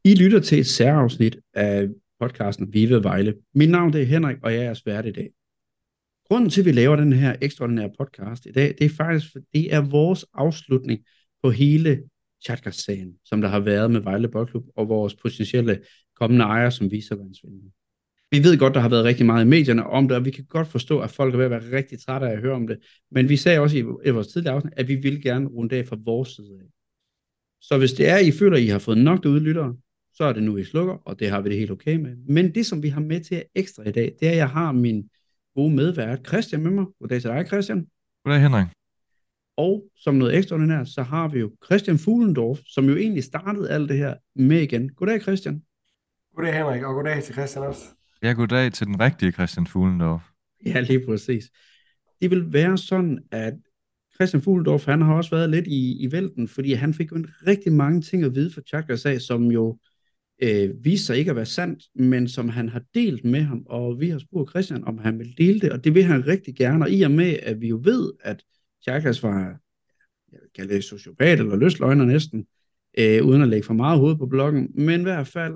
I lytter til et særafsnit af podcasten Vive Vejle. Mit navn det er Henrik, og jeg er jeres vært i dag. Grunden til, at vi laver den her ekstraordinære podcast i dag, det er faktisk, fordi det er vores afslutning på hele Chatgas-sagen, som der har været med Vejle Boldklub og vores potentielle kommende ejere som vicevandsvindende. Vi ved godt, der har været rigtig meget i medierne om det, og vi kan godt forstå, at folk er ved at være rigtig trætte af at høre om det. Men vi sagde også i vores tidligere afsnit, at vi vil gerne runde af fra vores side af. Så hvis det er, I føler, I har fået nok derude, lyttere, så er det nu, I slukker, og det har vi det helt okay med. Men det, som vi har med til ekstra i dag, det er, at jeg har min gode medvært, Christian, med mig. Goddag til dig, Christian. Goddag, Henrik. Og som noget ekstraordinært, så har vi jo Christian Fuglendorf, som jo egentlig startede alt det her med igen. Goddag, Christian. Goddag Henrik, og goddag til Christian også. Ja, goddag til den rigtige Christian Fuglendorf. Ja, lige præcis. Det vil være sådan, at Christian Fuglendorf, han har også været lidt i vælten, fordi han fik jo en rigtig mange ting at vide fra Chatgas af, som jo viste sig ikke at være sandt, men som han har delt med ham, og vi har spurgt Christian, om han vil dele det, og det vil han rigtig gerne, og i og med, at vi jo ved, at Chatgas var, jeg vil kalde det sociopat eller løsløgner næsten, uden at lægge for meget hoved på bloggen, men i hvert fald,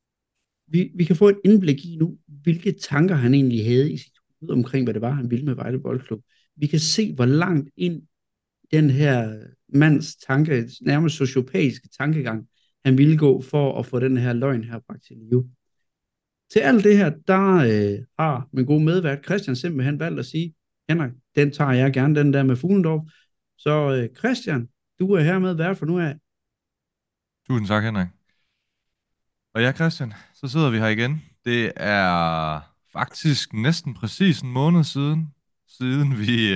vi kan få et indblik i nu, hvilke tanker han egentlig havde i sit hoved omkring, hvad det var, han ville med Vejle Boldklub. Vi kan se, hvor langt ind den her mands tanke, nærmest sociopatiske tankegang, han ville gå for at få den her løgn her bragt til live. Til alt det her, der har min gode medvært Christian simpelthen valgt at sige, Henrik, den tager jeg gerne, den der med Fuglendorf. Så Christian, du er hermed vært for nu af. Tusind tak, Henrik. Og ja, Christian, så sidder vi her igen. Det er faktisk næsten præcis en måned siden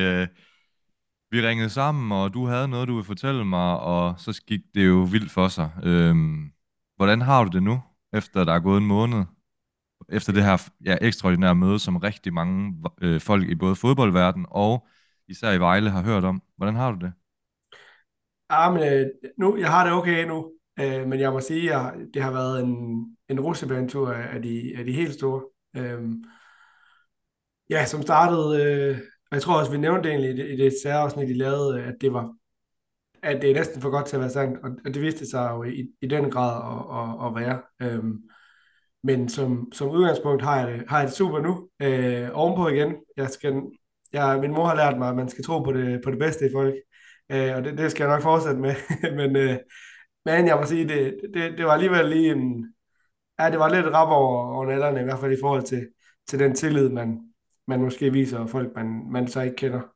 vi ringede sammen, og du havde noget, du ville fortælle mig, og så gik det jo vildt for sig. Hvordan har du det nu, efter der er gået en måned? Efter det her ekstraordinære møde, som rigtig mange folk i både fodboldverden og især i Vejle har hørt om. Hvordan har du det? Jeg har det okay nu, men jeg må sige, at det har været en rutsjebanetur af de helt store. Som startede, og jeg tror også, vi nævnte det egentlig i det særafsnit, I lavede, at det er næsten for godt til at være sandt, og det viste sig jo i den grad at være. Men som udgangspunkt har jeg det super nu. Ovenpå igen, min mor har lært mig, at man skal tro på det bedste i folk, og det skal jeg nok fortsætte med. men jeg må sige, det var alligevel lige det var lidt rap over nælderne, i hvert fald i forhold til den tillid, man måske viser folk, man så ikke kender.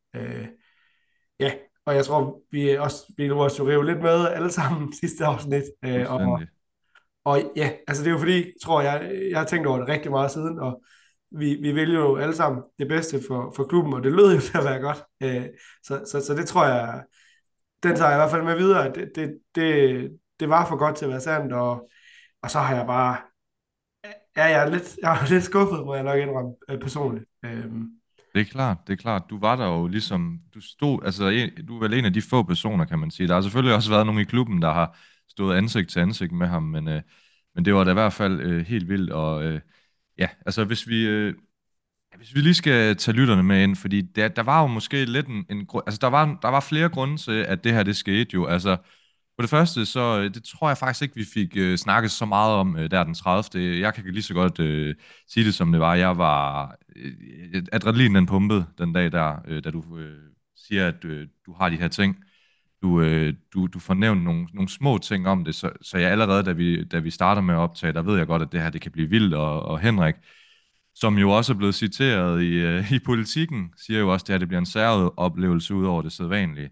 Og jeg tror, vi lå os jo rive lidt med alle sammen sidste afsnit. Og ja, altså det er jo fordi, tror jeg har tænkt over det rigtig meget siden, og vi vil jo alle sammen det bedste for klubben, og det lød jo til at være godt. Så det tror jeg, den tager jeg i hvert fald med videre, at det var for godt til at være sandt, og så har jeg bare, jeg er lidt skuffet, må jeg nok indrømme personligt. Det er klart. Du var der jo ligesom, du stod, altså du er vel en af de få personer, kan man sige. Der har selvfølgelig også været nogen i klubben, der har stået ansigt til ansigt med ham, men det var da i hvert fald helt vildt, og altså hvis vi lige skal tage lytterne med ind, fordi der var jo måske lidt altså der var flere grunde til, at det her det skete jo, altså for det første, så det tror jeg faktisk ikke, vi fik snakket så meget om der den 30. Jeg kan lige så godt sige det, som det var. Jeg var adrenalin den pumpede den dag der, da du siger, at du har de her ting. Du får nævnt nogle små ting om det, så jeg allerede, da vi starter med at optage, der ved jeg godt, at det her det kan blive vildt, og Henrik, som jo også er blevet citeret i Politikken, siger jo også, at det her det bliver en særoplevelse ud over det sædvanlige.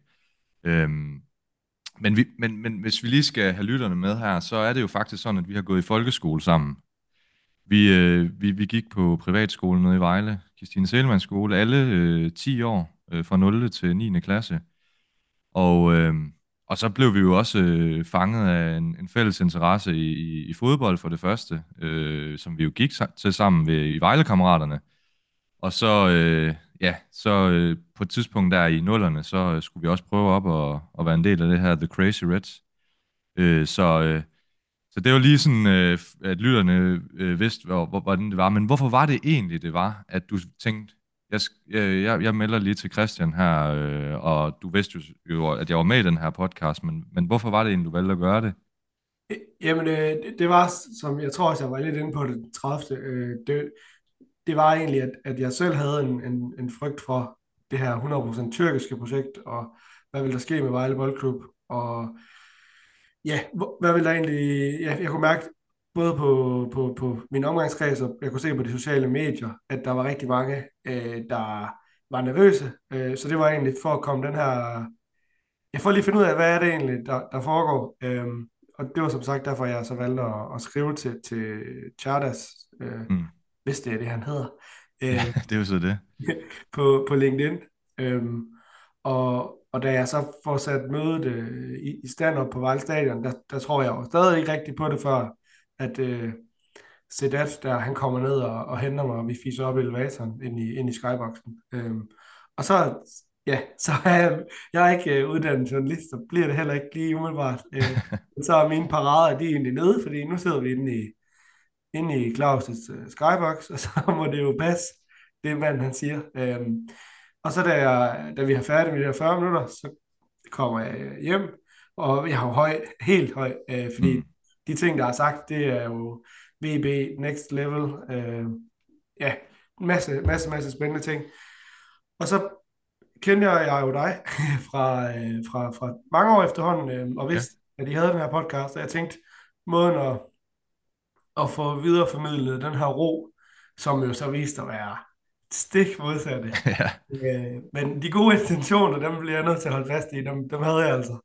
Men hvis vi lige skal have lytterne med her, så er det jo faktisk sådan, at vi har gået i folkeskole sammen. Vi gik på privatskole nede i Vejle, Kristine Seelmanns skole, alle 10 år, fra 0. til 9. klasse. Og så blev vi jo også fanget af en fælles interesse i fodbold for det første, som vi jo gik til sammen i Vejle-kammeraterne. Og så på et tidspunkt der i nullerne, så skulle vi også prøve op og være en del af det her The Crazy Reds. Så det var lige sådan, at lytterne vidste, hvordan det var. Men hvorfor var det egentlig, det var, at du tænkte, jeg melder lige til Christian her, og du vidste jo, at jeg var med i den her podcast, men hvorfor var det egentlig, du valgte at gøre det? Jamen, det var, som jeg tror også, jeg var lidt inde på det 30. Det var egentlig, at jeg selv havde en frygt for det her 100% tyrkiske projekt, og hvad ville der ske med Vejle Boldklub, og ja, hvad ville der egentlig... Ja, jeg kunne mærke både på min omgangskreds, og jeg kunne se på de sociale medier, at der var rigtig mange, der var nervøse. Så det var egentlig for at komme den her... Jeg får lige finde ud af, hvad er det egentlig, der foregår. Og det var som sagt derfor, jeg så valgte at skrive til Chardas, Mm. hvis det er det, han hedder, Ja, øh, det er jo så det. på LinkedIn. Og da jeg så får sat mødet i stand op på Vejle Stadion, der tror jeg jo stadig ikke rigtigt på det, før at Sedat, der han kommer ned og henter mig, og vi fiser op i elevatoren ind i skyboxen. Og så, ja, så er jeg er ikke uddannet journalist, så bliver det heller ikke lige umiddelbart. Så er mine parader, de er egentlig nede, fordi nu sidder vi inde i Claus' skybox, og så må det jo passe, det mand han siger. Og så da vi har færdig med de her 40 minutter, så kommer jeg hjem, og jeg har jo helt høj, fordi Mm. de ting, der er sagt, det er jo VB, next level, ja, en masse spændende ting. Og så kendte jeg jo dig fra mange år efterhånden, og Ja. vidste, at I havde den her podcast, og jeg tænkte, måden at få videreformidlet den her ro, som jo så viste at være stik modsatte. Ja. Men de gode intentioner, dem bliver jeg nødt til at holde fast i, dem havde jeg altså.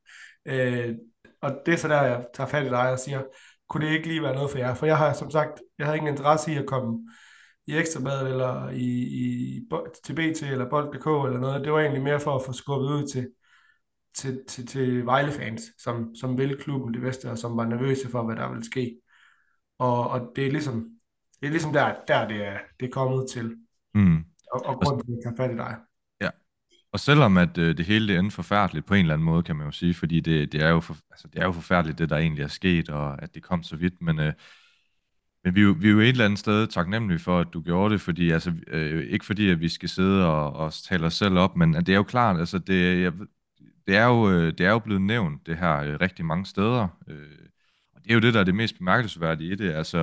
Og det er så der, jeg tager fat i dig og siger, kunne det ikke lige være noget for jer? For jeg har som sagt, jeg havde ingen interesse i at komme i Ekstrabladet eller til BT eller Bold.dk eller noget. Det var egentlig mere for at få skubbet ud til Vejle-fans, som ville klubben det bedste, og som var nervøse for, hvad der ville ske. Og det er ligesom der det er kommet til. Mm. Og Og, grunden til, at jeg tager fat i dig. ja. Og selvom at det hele det endte forfærdeligt på en eller anden måde, kan man jo sige, fordi det er jo det er jo forfærdeligt, det der egentlig er sket, og at det kom så vidt, men vi er jo et eller andet sted taknemmelige for, at du gjorde det, fordi altså, ikke fordi, at vi skal sidde og tale os selv op, men det er jo klart, altså det er jo blevet nævnt, det her rigtig mange steder, og det er jo det, der er det mest bemærkelsesværdige i det, altså,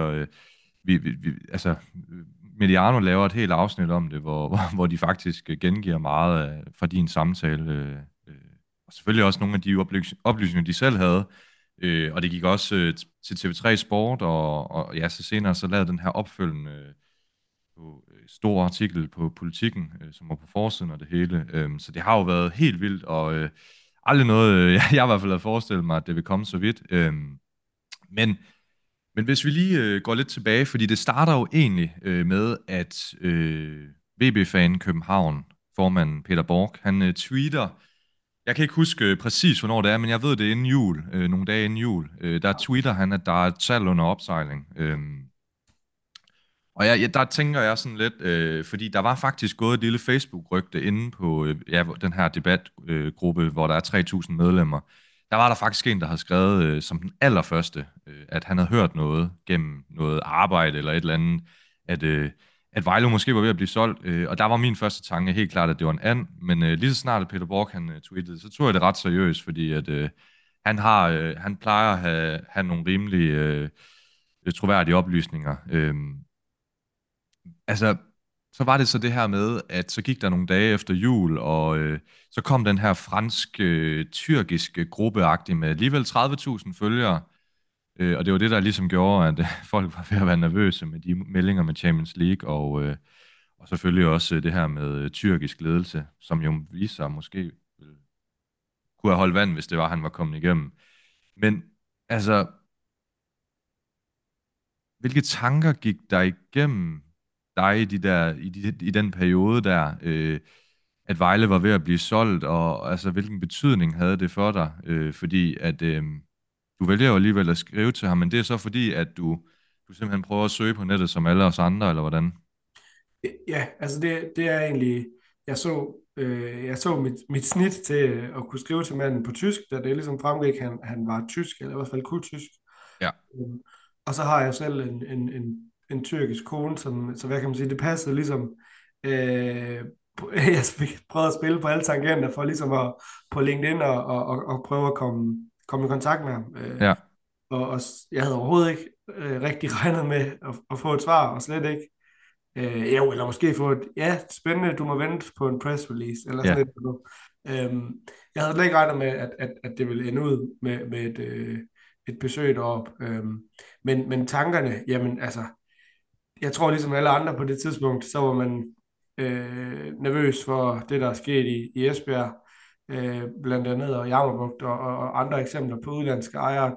altså, Mediano laver et helt afsnit om det, hvor de faktisk gengiver meget fra din samtale, og selvfølgelig også nogle af de oplysninger, de selv havde, og det gik også til TV3 Sport, og ja, så senere så lavede den her opfølgende stor artikel på Politikken, som var på forsiden af det hele. Så det har jo været helt vildt, og aldrig noget, jeg i hvert fald havde forestillet mig, at det ville komme så vidt. Men hvis vi lige går lidt tilbage, fordi det starter jo egentlig med, at VB-fan København, formanden Peter Borch, han tweeter. Jeg kan ikke huske præcis, hvornår det er, men jeg ved det er inden jul, nogle dage inden jul. Der tweeter han, at der er et salg under opsejling. Og der tænker jeg sådan lidt, fordi der var faktisk gået et lille Facebook-rygte inde på den her debatgruppe, hvor der er 3.000 medlemmer. Der var der faktisk en, der havde skrevet som den allerførste, at han havde hørt noget gennem noget arbejde eller et eller andet, at Vejle måske var ved at blive solgt. Og der var min første tanke helt klart, at det var en and. Men lige så snart at Peter Borch han tweetede, så tog jeg det ret seriøst, fordi at han plejer at have nogle rimelig troværdige oplysninger. Altså, så var det så det her med, at så gik der nogle dage efter jul, og så kom den her fransk-tyrkiske gruppeagtige med alligevel 30.000 følgere, og det var det, der ligesom gjorde, at folk var ved at være nervøse med de meldinger med Champions League, og selvfølgelig også det her med tyrkisk ledelse, som jo viser sig måske kunne have holdt vand, hvis det var, han var kommet igennem. Men altså, hvilke tanker gik der igennem dig i den periode der, at Vejle var ved at blive solgt, og altså hvilken betydning havde det for dig? Fordi at du vælger jo alligevel at skrive til ham, men det er så fordi, at du simpelthen prøver at søge på nettet som alle os andre, eller hvordan? Ja, altså det er egentlig, jeg så mit snit til at kunne skrive til manden på tysk, da det ligesom fremgik, han var tysk, eller i hvert fald kunne tysk. Ja. Og så har jeg selv en tyrkisk kone, så hvad kan man sige, det passede ligesom, jeg prøvede at spille på alle tangenter for ligesom at på LinkedIn og prøve at komme i kontakt med ham. Ja. jeg havde overhovedet ikke rigtig regnet med at få et svar, og slet ikke. Jo, eller måske få et, ja, spændende, du må vente på en press release, eller Ja, sådan noget. Jeg havde slet ikke regnet med, at det ville ende ud med et besøg deroppe. Men tankerne, jamen altså, jeg tror ligesom alle andre på det tidspunkt, så var man nervøs for det, der er sket i Esbjerg, blandt andet, og Jammerbugt, og andre eksempler på udlandske ejere,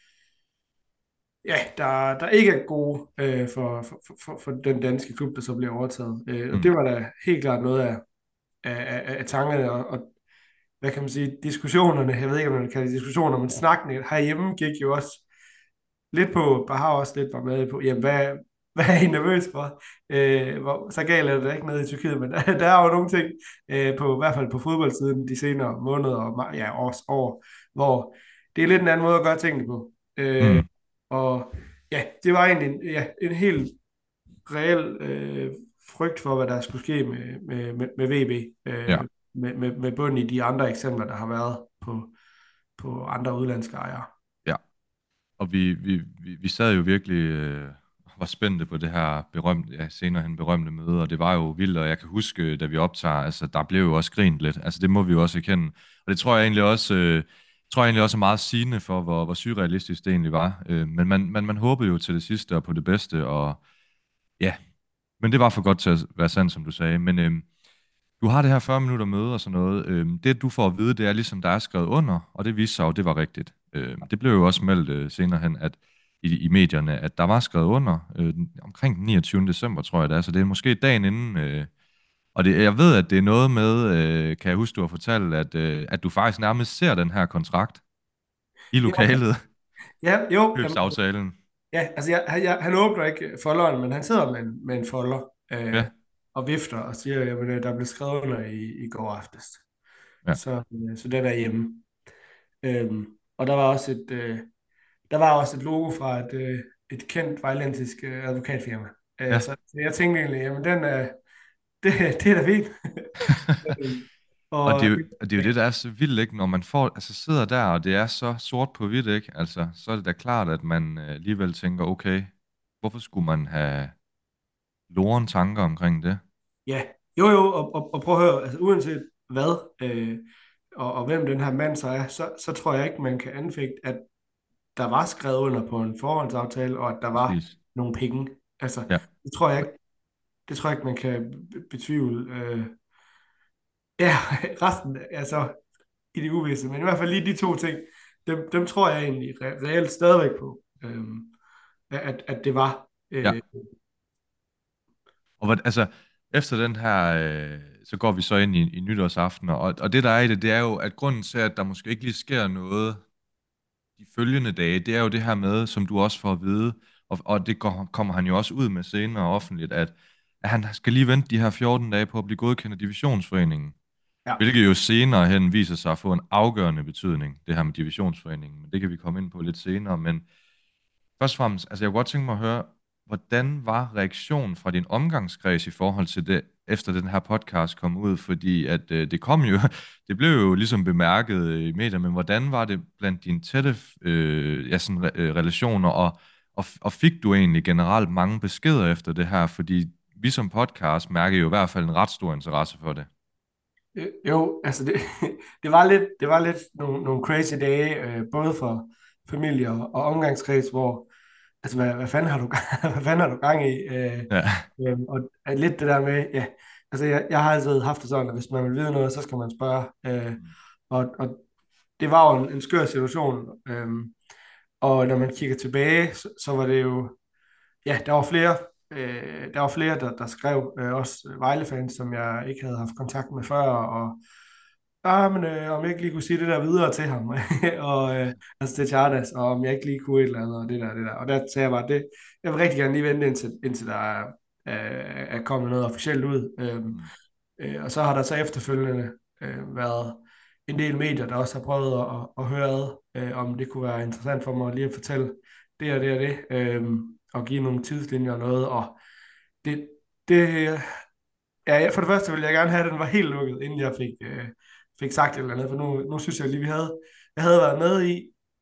der ikke er gode for den danske klub, der så bliver overtaget. Og mm, det var da helt klart noget af tankerne, og hvad kan man sige, diskussionerne, jeg ved ikke, om man kan kalde det diskussioner, men snakken herhjemme gik jo også lidt på, Bahar også lidt var med på, jamen hvad er I nervøs for? Så galt er det da ikke nede i Tyrkiet, men der er jo nogle ting, på, i hvert fald på fodboldsiden de senere måneder og år, hvor det er lidt en anden måde at gøre tingene på. mm, Og ja, det var egentlig en helt reel frygt for, hvad der skulle ske med VB, ja. med bund i de andre eksempler, der har været på andre udlandske ejere. Ja. Og vi sad jo virkelig var spændte på det her berømte, ja, senere hen berømte møde, og det var jo vildt, og jeg kan huske, da vi optager, altså der blev jo også grint lidt, altså det må vi jo også erkende, og det tror jeg egentlig også er meget sigende for, hvor surrealistisk det egentlig var, men man håbede jo til det sidste og på det bedste, og ja, men det var for godt til at være sandt, som du sagde, men du har det her 40 minutter møde og sådan noget. Det, du får at vide, det er ligesom, der er skrevet under, og det viste sig jo, det var rigtigt. Det blev jo også meldt senere hen, at i medierne, at der var skrevet under omkring den 29. december, tror jeg det er, så det er måske dagen inden. Og jeg ved, at det er noget med, kan jeg huske, du har fortalt, at du faktisk nærmest ser den her kontrakt i Ja, lokalet, ja, jo, jamen, købsaftalen. ja, altså han åbner ikke folderen, men han sidder med en folder Ja, og vifter og siger, at der blev skrevet under i går aftes. ja, Så den er hjemme. Og der var også et logo fra et kendt vejlentisk advokatfirma. ja. Så jeg tænkte egentlig, jamen det er da fint. Og Og det er jo det, der er så vildt, ikke? Når man sidder der, og det er så sort på hvidt, ikke? Altså, så er det da klart, at man alligevel tænker, okay, hvorfor skulle man have loren tanker omkring det? ja, jo, og prøv at høre, altså uanset hvad, og hvem den her mand så er, så tror jeg ikke, man kan anfægte, at der var skrevet under på en forhåndsaftale, og at der var Præcis. nogle penge. Altså, Ja, det tror jeg ikke, man kan betvivle. Ja, resten, altså, i det uvisse, men i hvert fald lige de to ting, dem tror jeg egentlig reelt stadigvæk på, at det var. ja. Og altså, efter den her, så går vi så ind i nytårsaften, og det der er i det, det er jo, at grunden til, at der måske ikke lige sker noget de følgende dage, det er jo det her med, som du også får at vide, og det kommer han jo også ud med senere offentligt, at han skal lige vente de her 14 dage på at blive godkendt af divisionsforeningen. Ja. Hvilket jo senere hen viser sig at få en afgørende betydning, det her med divisionsforeningen. Men det kan vi komme ind på lidt senere. Men først og fremmest, altså jeg kunne godt tænke mig at høre, hvordan var reaktionen fra din omgangskreds i forhold til det, efter den her podcast kom ud? Fordi at det kom jo, det blev jo ligesom bemærket i medier, men hvordan var det blandt dine tætte relationer, og fik du egentlig generelt mange beskeder efter det her? Fordi vi som podcast mærker jo i hvert fald en ret stor interesse for det. Jo, altså det var lidt nogle crazy dage, både for familie og omgangskreds, hvor, altså hvad fanden har du, hvad fanden har du gang i? Ja, Og lidt det der med, ja, altså jeg har altid haft det sådan, at hvis man vil vide noget, så skal man spørge. Og det var jo en skør situation. Og når man kigger tilbage, så var det jo, ja, der var flere, der skrev, også Vejle-fans, som jeg ikke havde haft kontakt med før, og men om jeg ikke lige kunne sige det der videre til ham, og altså til Chardas, og om jeg ikke lige kunne et eller andet, og det der. Og der sagde jeg bare, jeg vil rigtig gerne lige vente, indtil der er kommet noget officielt ud. Og så har der så efterfølgende været en del medier, der også har prøvet at høre, om det kunne være interessant for mig lige at fortælle det og det og det, og give nogle tidslinjer og noget, og det ja, for det første ville jeg gerne have, at den var helt lukket, inden jeg fik sagt et eller andet, for nu synes jeg lige, jeg havde været med i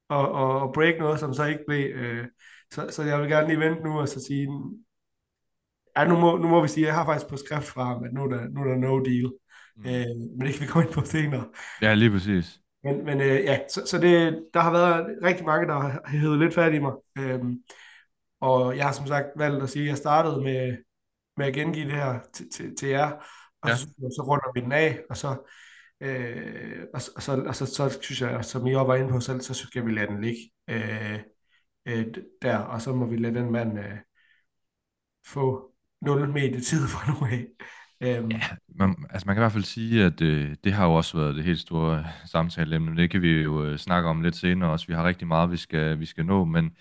at break noget, som så ikke blev. Så jeg vil gerne lige vente nu og så sige, ja, nu må vi sige, at jeg har faktisk på skrift fra ham, at nu er der no deal. Mm. Men det kan vi komme ind på senere. Ja, lige præcis. Men ja, så der har været rigtig mange, der har hævet lidt fat i mig. Og jeg har som sagt valgt at sige, at jeg startede med at gengive det her til jer, og Ja, så runder vi den af, og så synes jeg, som I også var inde på selv, så skal vi lade den ligge der, og så må vi lade den mand få 0 medietid fra nu af. ja, Øhm, man kan i hvert fald sige, at det har jo også været det helt store samtaleemne. Det kan vi jo snakke om lidt senere også. Vi har rigtig meget, vi skal nå,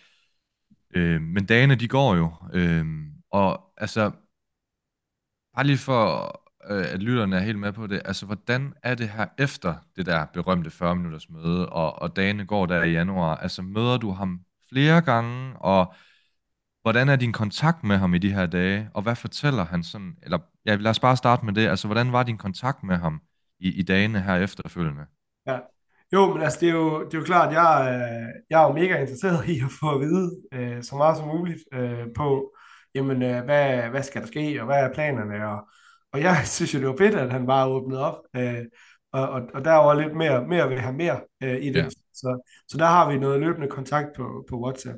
men dagene de går jo. Og altså, bare lige for at lytterne er helt med på det, altså hvordan er det her efter det der berømte 40 minutters møde, og dagene går der i januar? Altså møder du ham flere gange, og hvordan er din kontakt med ham i de her dage, og hvad fortæller han sådan, eller ja, lad os bare starte med det, altså hvordan var din kontakt med ham i dagene her efterfølgende? Ja. Jo, men altså, det er jo klart, jeg er jo mega interesseret i at få at vide så meget som muligt på, jamen, hvad skal der ske, og hvad er planerne, og jeg synes jo, det var fedt, at han bare åbnede op, og der var lidt mere vil have mere i Ja, det, så der har vi noget løbende kontakt på WhatsApp,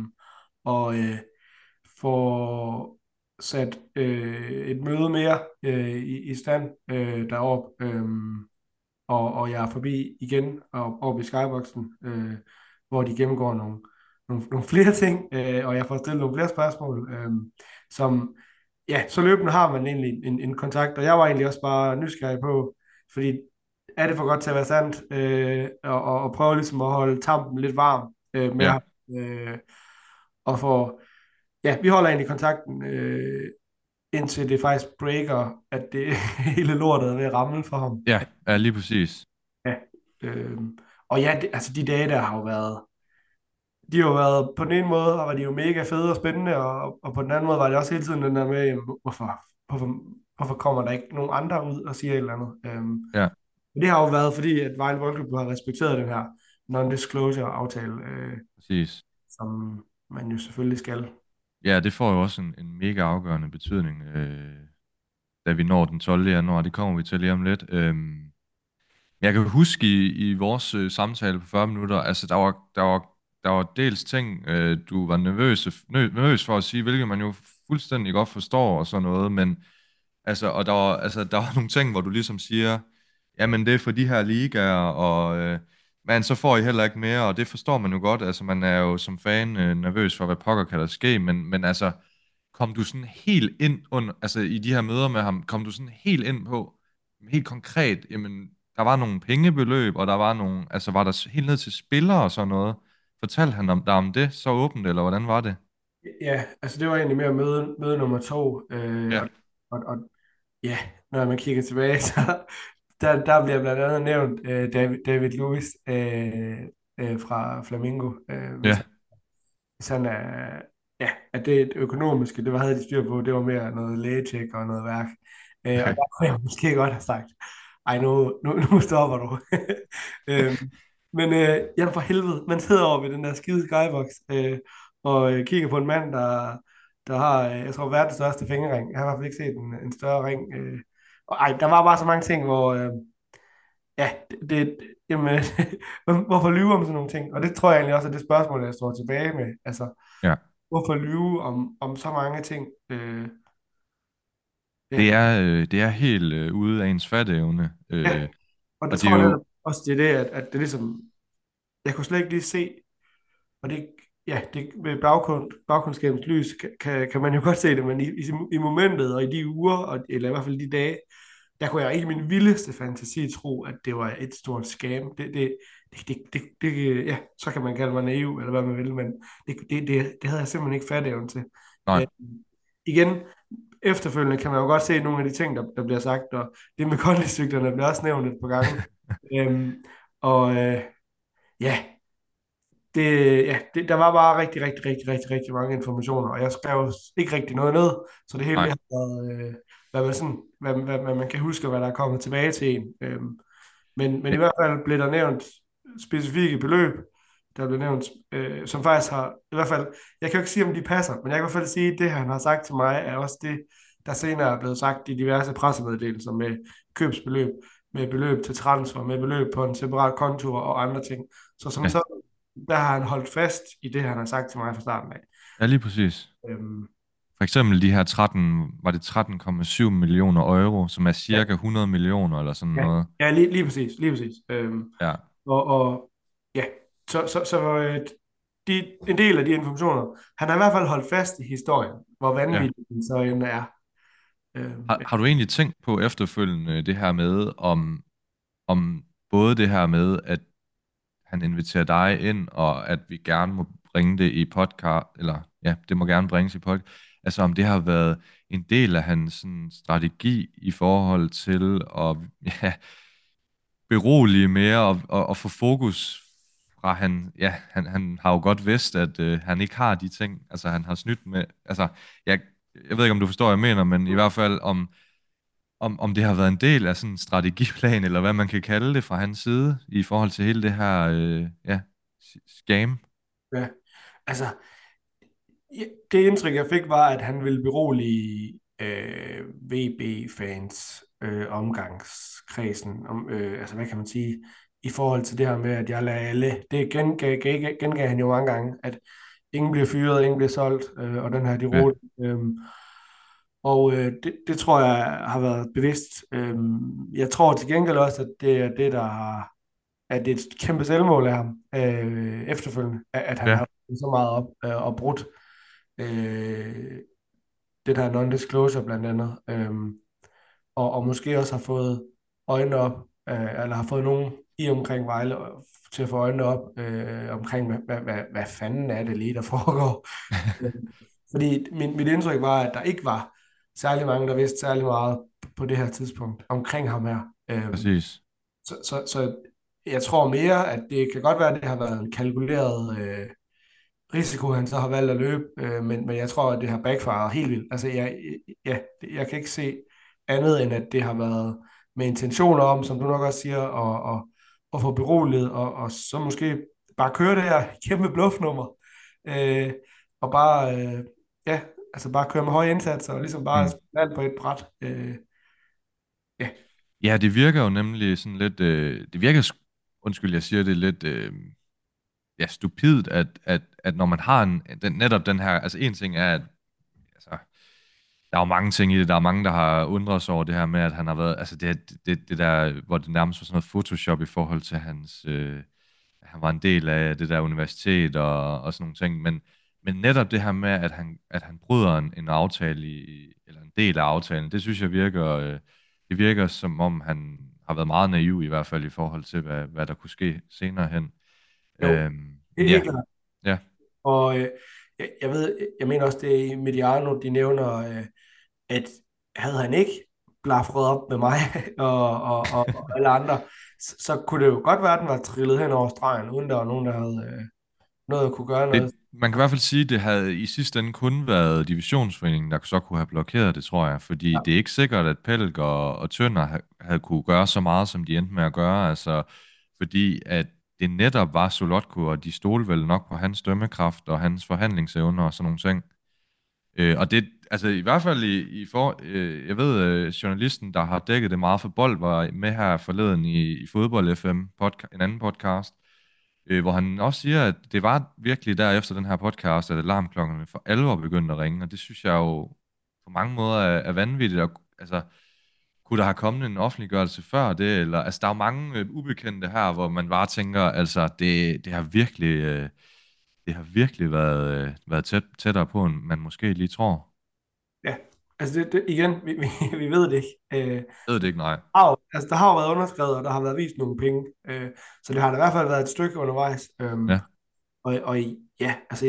og får sat et møde mere i stand deroppe, og jeg er forbi igen og oppe i Skyboxen, hvor de gennemgår nogle flere ting, og jeg får stillet nogle flere spørgsmål, som, ja, så løbende har man egentlig en kontakt, og jeg var egentlig også bare nysgerrig på, fordi er det for godt til at være sandt, og prøve ligesom at holde tampen lidt varm med ja, ham, og for, ja, vi holder egentlig kontakten, indtil det faktisk breaker, at det hele lortet er ved at ramle for ham. ja, ja, lige præcis. Ja, og ja, altså de dage der har jo været, de har jo været, på den ene måde var de jo mega fede og spændende, og på den anden måde var det også hele tiden den der med, jamen, hvorfor, hvorfor kommer der ikke nogen andre ud og siger et eller andet. Ja, Men det har jo været fordi, at Vejle Boldklub har respekteret den her non-disclosure aftale, præcis. som man jo selvfølgelig skal. Ja, det får jo også en mega afgørende betydning, da vi når den 12. januar. Det kommer vi til lige om lidt. Jeg kan huske i vores samtale på 40 minutter, altså der var dels ting, du var nervøs for at sige, hvilket man jo fuldstændig godt forstår og sådan noget, men altså, og der var nogle ting, hvor du ligesom siger, jamen det er for de her ligaer, og men så får I heller ikke mere, og det forstår man jo godt, altså man er jo som fan nervøs for, hvad pokker kan der ske, men altså, kom du sådan helt ind under, altså i de her møder med ham, kom du sådan helt ind på, helt konkret, jamen der var nogle pengebeløb, og der var nogle, altså var der helt ned til spillere og sådan noget, fortalte han dig om det så åbent, eller hvordan var det? Ja, altså det var egentlig mere møde nummer 2, Ja, og ja, når man kigger tilbage, så der bliver blandt andet nævnt David Lewis fra Flamingo. ja, Hvis han er, ja, at det økonomiske, det havde de styr på, det var mere noget lægetjek og noget værk. Og okay. der kunne jeg måske godt have sagt, ej, nu stopper du. øh, men jamen for helvede, man sidder over ved den der skide skybox og kigger på en mand, der har, jeg tror, verdens største fingerring. Jeg har i hvert fald ikke set en større ring. Og ej, der var bare så mange ting, hvor ja, jamen, hvorfor lyve om sådan nogle ting? Og det tror jeg egentlig også er det spørgsmål, jeg står tilbage med. Altså, Ja. hvorfor lyve om så mange ting? Ja, Det er helt ude af ens fatteevne. ja, og det Og det er tror jeg jo, netop også, det er det, at det ligesom, jeg kunne slet ikke lige se, og det, ja, det med bagkundskabens lys, kan man jo godt se det, men i momentet og i de uger, eller i hvert fald de dage, der kunne jeg ikke i min vildeste fantasi tro, at det var et stort scam. Ja, så kan man kalde mig naiv, eller hvad man vil, men det havde jeg simpelthen ikke fatteevne til. nej, Øh, igen, efterfølgende kan man jo godt se nogle af de ting, der bliver sagt, og det med kondicyklerne bliver også nævnt et par gange. øhm, og ja, der var bare rigtig, rigtig, rigtig, rigtig, rigtig mange informationer, og jeg skrev ikke rigtig noget ned, så det hele nej, det har været, hvad man kan huske, og hvad der er kommet tilbage til en. Men i ja, hvert fald blev der nævnt specifikke beløb, der blev nævnt, som faktisk har, i hvert fald, jeg kan jo ikke sige, om de passer, men jeg kan i hvert fald sige, at det, han har sagt til mig, er også det, der senere er blevet sagt i diverse pressemeddelelser med købsbeløb, med beløb til transfer, med beløb på en separat konto og andre ting. Så som Ja, så, der har han holdt fast i det, han har sagt til mig fra starten af. ja, lige præcis. Øhm, For eksempel de her 13, var det 13,7 millioner euro, som er ja, cirka 100 millioner eller sådan ja, noget. ja lige præcis, lige præcis. Ja, Og ja, så en del af de informationer, han har i hvert fald holdt fast i historien, hvor ja. vanvittig den så end er. Har, Ja. har du egentlig tænkt på efterfølgende det her med, om både det her med, at han inviterer dig ind, og at vi gerne må bringe det i podcast, eller ja, det må gerne bringes i podcast, altså om det har været en del af hans sådan, strategi i forhold til at ja, berolige mere og få fokus fra han har jo godt vidst, at han ikke har de ting, altså han har snydt med, altså jeg ved ikke, om du forstår, hvad jeg mener, men i hvert fald om det har været en del af sådan en strategiplan, eller hvad man kan kalde det fra hans side, i forhold til hele det her scam. Ja. Altså, ja, det indtryk, jeg fik, var, at han ville berolige VB-fans, omgangskredsen, altså hvad kan man sige, i forhold til det her med, at jeg lader alle, det gengav han jo mange gange, at ingen bliver fyret, ingen bliver solgt, og den her, de Ja, roligt. Og det tror jeg har været bevidst. Jeg tror til gengæld også, at det er det, der har, at det er et kæmpe selvmål af ham efterfølgende, at han ja, har så meget op og brudt øh, det der non-disclosure blandt andet, og måske også har fået øjnene op, eller har fået nogen i omkring Vejle til at få øjnene op omkring, hvad fanden er det lige, der foregår. Øh, Fordi mit indtryk var, at der ikke var særlig mange, der vidste særlig meget på det her tidspunkt omkring ham her. præcis. Så jeg tror mere, at det kan godt være, at det har været en kalkuleret risiko, han så har valgt at løbe, men jeg tror, at det har backfired helt vildt. Altså, jeg kan ikke se andet, end at det har været med intentioner om, som du nok også siger, at få beroliget, og så måske bare køre det her kæmpe bluffnummer, øh, og bare, ja, altså bare køre med høje indsatser, og ligesom bare Mm. spille alt på et bræt. Ja, Ja, det virker jo nemlig sådan lidt, det virker, undskyld, jeg siger det lidt, ja, stupidt, at når man har netop den her, altså en ting er, at altså, der er jo mange ting i det. Der er mange, der har undret sig over det her med, at han har været, altså det der, hvor det nærmest var sådan noget Photoshop i forhold til hans, han var en del af det der universitet og sådan nogle ting. Men netop det her med, at han bryder en aftale eller en del af aftalen, det synes jeg virker, det virker som om han har været meget naiv i hvert fald i forhold til, hvad der kunne ske senere hen. jo, Men ja, helt klart. ja, Og jeg ved, jeg mener også, det er i Mediano, de nævner, at havde han ikke blafret op med mig og alle andre, så kunne det jo godt være, at den var trillet hen over stregen, uden der var nogen, der havde noget at kunne gøre noget. man kan i hvert fald sige, at det havde i sidste ende kun været divisionsforeningen, der så kunne have blokeret det, tror jeg. Fordi Ja, det er ikke sikkert, at Pelk og Tønder havde kunne gøre så meget, som de endte med at gøre. Altså, fordi at det netop var Solotko, og de stole vel nok på hans dømmekraft og hans forhandlingsevner og sådan nogle ting. Og det, altså i hvert fald jeg ved, journalisten, der har dækket det meget for Bold, var med her forleden i Fodbold FM, en anden podcast, hvor han også siger, at det var virkelig der efter den her podcast, at alarmklokkerne for alvor begyndte at ringe, og det synes jeg jo på mange måder er vanvittigt. Og, altså, kunne der have kommet en offentliggørelse før det? Eller, altså, der er jo mange ubekendte her, hvor man bare tænker, altså, det har virkelig været tættere på, end man måske lige tror. ja. Altså igen, vi ved det ikke. Jeg ved det ikke, nej. Altså, der har jo været underskrevet, og der har været vist nogle penge, så det har da i hvert fald været et stykke undervejs. Ja, Og ja, altså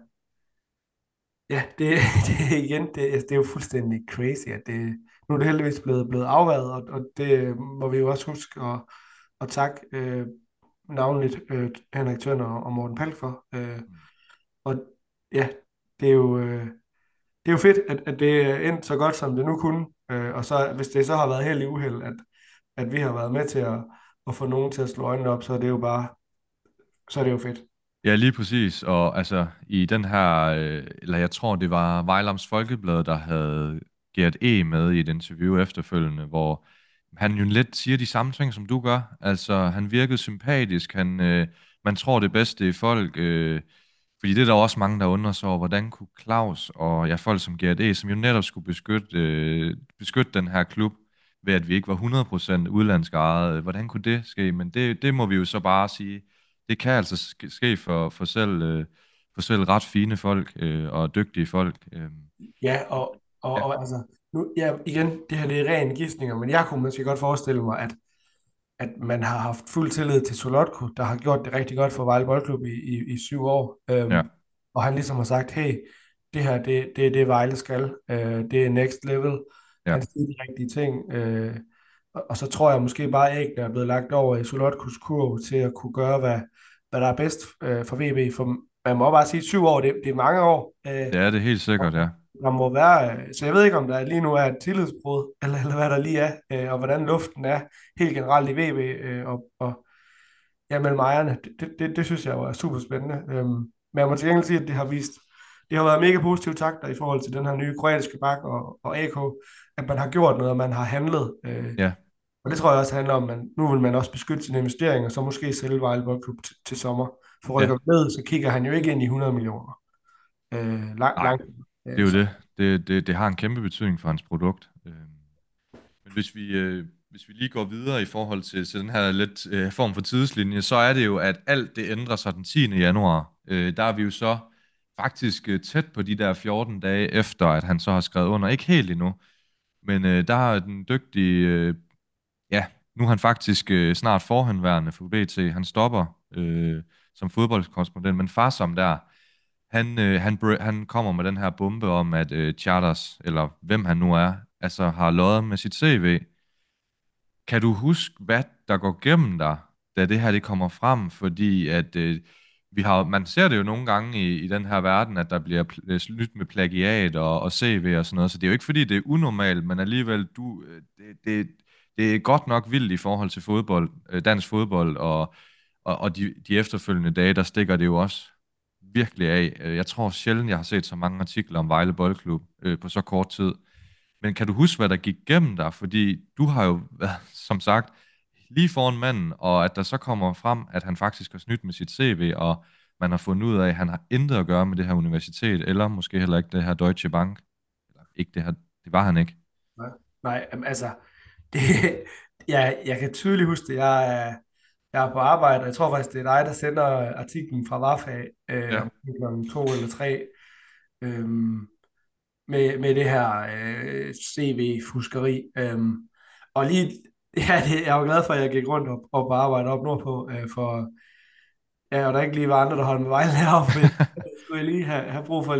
ja, det igen, det er jo fuldstændig crazy, at nu er det heldigvis blevet afværget, og det må vi jo også huske at takke navnligt Henrik Tønder og Morten Palk for. Og ja, det er jo, det er jo fedt, at det er endt så godt, som det nu kunne. Og så, hvis det så har været helt i uheld, at vi har været med til at få nogen til at slå øjnene op, så er det jo bare, så er det jo fedt. Ja, lige præcis. Og altså, i den her, eller jeg tror, det var Vejlams Folkeblad, der havde Gert E. med i et interview efterfølgende, hvor han jo lidt siger de samme ting, som du gør. Altså, han virkede sympatisk, man tror det bedste i folk, fordi det er der også mange, der undrer sig over, hvordan kunne Claus og ja, folk som Gert E., som jo netop skulle beskytte den her klub, ved at vi ikke var 100% udlandsk ejet, hvordan kunne det ske? Men det må vi jo så bare sige, det kan altså ske for selv ret fine folk og dygtige folk. Ja, og altså, nu, ja, igen, det her det er ren gidsninger, men jeg kunne måske godt forestille mig, at man har haft fuld tillid til Solotko, der har gjort det rigtig godt for Vejle Boldklub i 7 år. Ja, Og han ligesom har sagt, hey, det her, det er det, Vejle skal. Det er next level. ja, Han siger de rigtige ting. Og så tror jeg måske bare ikke, der er blevet lagt over i Solotkos kurv til at kunne gøre, hvad der er bedst for VB. For man må bare sige, at 7 år, det er mange år. det er det helt sikkert, ja. Der må være, så jeg ved ikke, om der lige nu er et tillidsbrud, eller hvad der lige er, og hvordan luften er helt generelt i VB, og ja, mellem ejerne. Det synes jeg var super spændende. Men jeg må til gengæld sige, at det har været mega positive takter i forhold til den her nye kroatiske bak og AK, at man har gjort noget, og man har handlet. Ja, Og det tror jeg også handler om, at nu vil man også beskytte sine investeringer, og så måske sælge Vejle Boldklub til sommer. For ja. rykker vi ned, så kigger han jo ikke ind i 100 millioner. Nej, Langt. det er jo Så, det. Det har en kæmpe betydning for hans produkt. Men hvis vi lige går videre i forhold til den her lidt form for tidslinje, så er det jo, at alt det ændrer sig den 10. januar. Der er vi jo så faktisk tæt på de der 14 dage efter, at han så har skrevet under. Ikke helt endnu, men der er den dygtige, ja, nu er han faktisk snart forhenværende for BT. Han stopper som fodboldkorrespondent, men far som der, han kommer med den her bombe om, at Charters, eller hvem han nu er, altså har løjet med sit CV. Kan du huske, hvad der går gennem dig, da det her det kommer frem? Fordi at man ser det jo nogle gange i den her verden, at der bliver snydt med plagiat og CV og sådan noget. Så det er jo ikke fordi, det er unormalt, men alligevel, det er godt nok vildt i forhold til fodbold, dansk fodbold, og de efterfølgende dage, der stikker det jo også virkelig af. Jeg tror sjældent, jeg har set så mange artikler om Vejle Boldklub på så kort tid. Men kan du huske, hvad der gik gennem dig? Fordi du har jo været, som sagt, lige foran manden, og at der så kommer frem, at han faktisk har snydt med sit CV, og man har fundet ud af, at han har intet at gøre med det her universitet, eller måske heller ikke det her Deutsche Bank. Eller ikke det her, det var han ikke. nej, nej, altså, det, jeg kan tydeligt huske det. Jeg er på arbejde, og jeg tror faktisk, det er dig, der sender artiklen fra Wafa Ja, om kl. 2 eller 3, øhm, med det her CV-fuskeri. Og lige, ja, jeg var glad for, at jeg gik rundt og på arbejde op nordpå, for ja, og der ikke lige var andre, der holdt med Vejle heroppe, for jeg skulle lige have brug for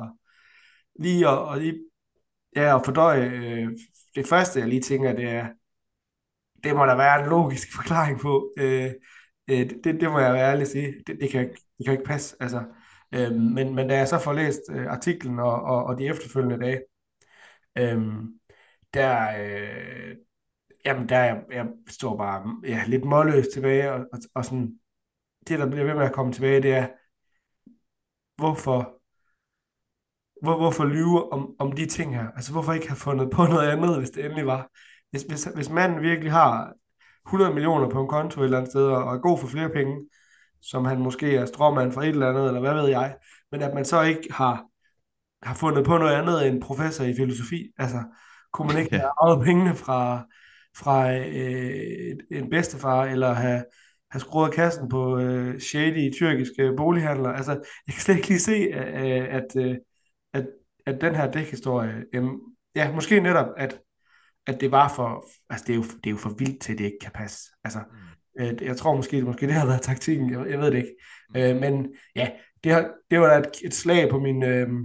at fordøje. Det første, jeg lige tænker, det må der være en logisk forklaring på. Det må jeg være ærlig at sige. Det kan ikke passe. Altså. Men da jeg så får læst artiklen og de efterfølgende dage, øhm, der, jamen der jeg står bare lidt målløs tilbage, og sådan, det, der bliver ved med at komme tilbage, det er, hvorfor, hvorfor lyve om de ting her? Altså, hvorfor ikke have fundet på noget andet, hvis det endelig var? Hvis manden virkelig har 100 millioner på en konto et eller andet sted, og er god for flere penge, som han måske er stråmand for et eller andet, eller hvad ved jeg, men at man så ikke har fundet på noget andet end professor i filosofi. Altså, kunne man ikke ja, have arvet pengene fra en bedstefar, eller have skruet kassen på shady tyrkiske bolighandler? Altså, jeg kan slet ikke lige se, at, at den her dækhistorie, ja, måske netop, at det var for, altså det er jo for vildt til, at det ikke kan passe. Altså, mm, jeg tror måske det har været taktikken, jeg ved det ikke. mm, Men ja, det var da et slag på min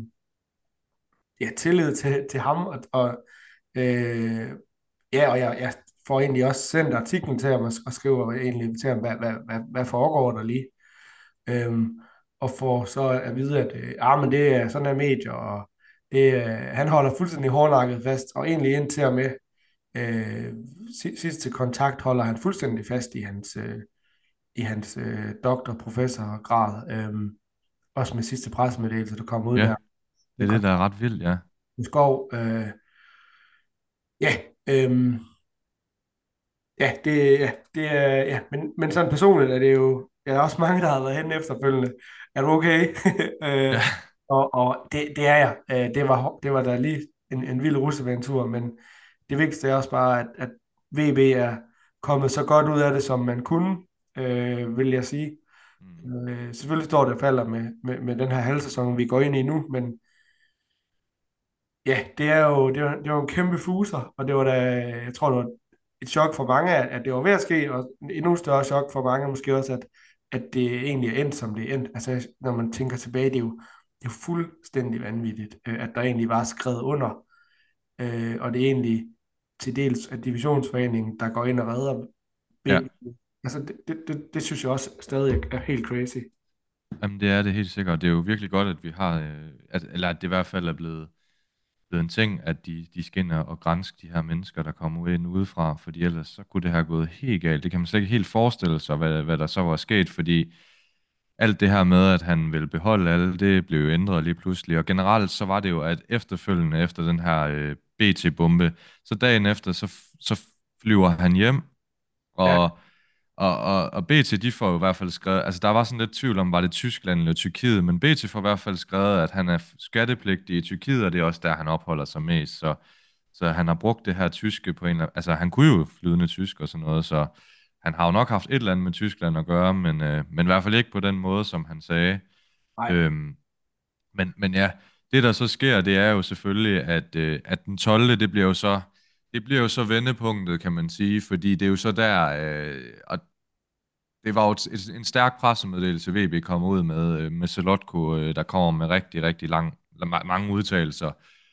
tillid til ham, øh, ja, og jeg får egentlig også sendt artiklen til ham og skriver egentlig til ham, hvad foregår der lige. Og får så at vide, at men det er sådan en medier, og han holder fuldstændig hårdnakket fast, og egentlig indtil og med sidste kontakt holder han fuldstændig fast i hans i hans doktor-professor-grad. Også med sidste pressemeddelelse, der kom ud Ja, der. det er Det det, kom der er ret vildt, ja. i skov. Ja, øhm, det er, ja, men sådan personligt er det jo, ja, der er også mange, der har været henne efterfølgende. Er du okay? Ja, øh, og det er jeg. Det var da lige en vild russeventur, men det vigtigste er også bare, at VB er kommet så godt ud af det, som man kunne, vil jeg sige. mm. Selvfølgelig står det og falder med den her halvsæson, vi går ind i nu, men ja, det var en kæmpe fuser, og det var da, jeg tror, det var et chok for mange, at det var ved at ske, og en endnu større chok for mange måske også, at det egentlig er endt, som det er endt. Altså, når man tænker tilbage, det er jo fuldstændig vanvittigt, at der egentlig var skrevet under, og det er egentlig til dels at divisionsforeningen, der går ind og redder Ja. BB. Altså, det synes jeg også stadig er helt crazy. Jamen, det er det helt sikkert. Det er jo virkelig godt, at vi har, eller at det i hvert fald er blevet en ting, at de skal ind og granske de her mennesker, der kommer ind udefra, fordi ellers så kunne det have gået helt galt. Det kan man slet ikke helt forestille sig, hvad der så var sket, fordi alt det her med, at han ville beholde alle, det blev jo ændret lige pludselig. Og generelt så var det jo, at efterfølgende efter den her BT-bombe, så dagen efter, så flyver han hjem, Ja, og BT, de får jo i hvert fald skrevet, altså der var sådan lidt tvivl om, var det Tyskland eller Tyrkiet, men BT får i hvert fald skrevet, at han er skattepligtig i Tyrkiet, og det er også der, han opholder sig mest. Så han har brugt det her tyske på en eller anden, altså han kunne jo flydende tysk og sådan noget, så han har jo nok haft et eller andet med Tyskland at gøre, men i hvert fald ikke på den måde, som han sagde. nej. Øhm, men ja, det der så sker, det er jo selvfølgelig, at den 12. Det bliver jo så vendepunktet, kan man sige, fordi det er jo så der, og det var jo en stærk pressemeddelelse, VB kommer ud med Selotko, der kommer med rigtig, rigtig mange udtalelser,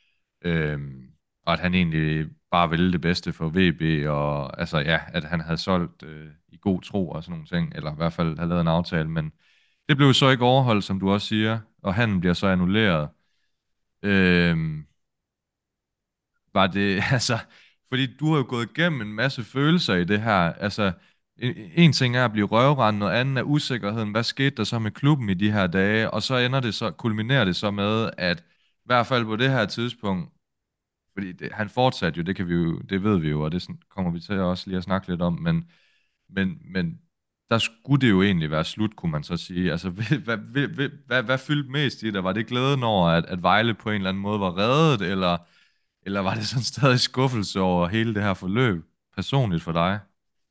og at han egentlig bare ville det bedste for VB, og altså ja, at han havde solgt i god tro og sådan nogle ting, eller i hvert fald havde lavet en aftale, men det blev jo så ikke overholdt, som du også siger, og han bliver så annulleret. Øhm, var det, altså, fordi du har jo gået igennem en masse følelser i det her, altså, en ting er at blive røvrendt, noget andet er usikkerheden, hvad skete der så med klubben i de her dage, og så kulminerer det så med, at i hvert fald på det her tidspunkt, fordi han fortsatte jo, det ved vi jo, og det kommer vi til også lige at snakke lidt om, men der skulle det jo egentlig være slut, kunne man så sige. Altså, hvad fyldte mest i dig? Var det glæden over, at Vejle på en eller anden måde var reddet, eller var det sådan stadig skuffelse over hele det her forløb, personligt for dig?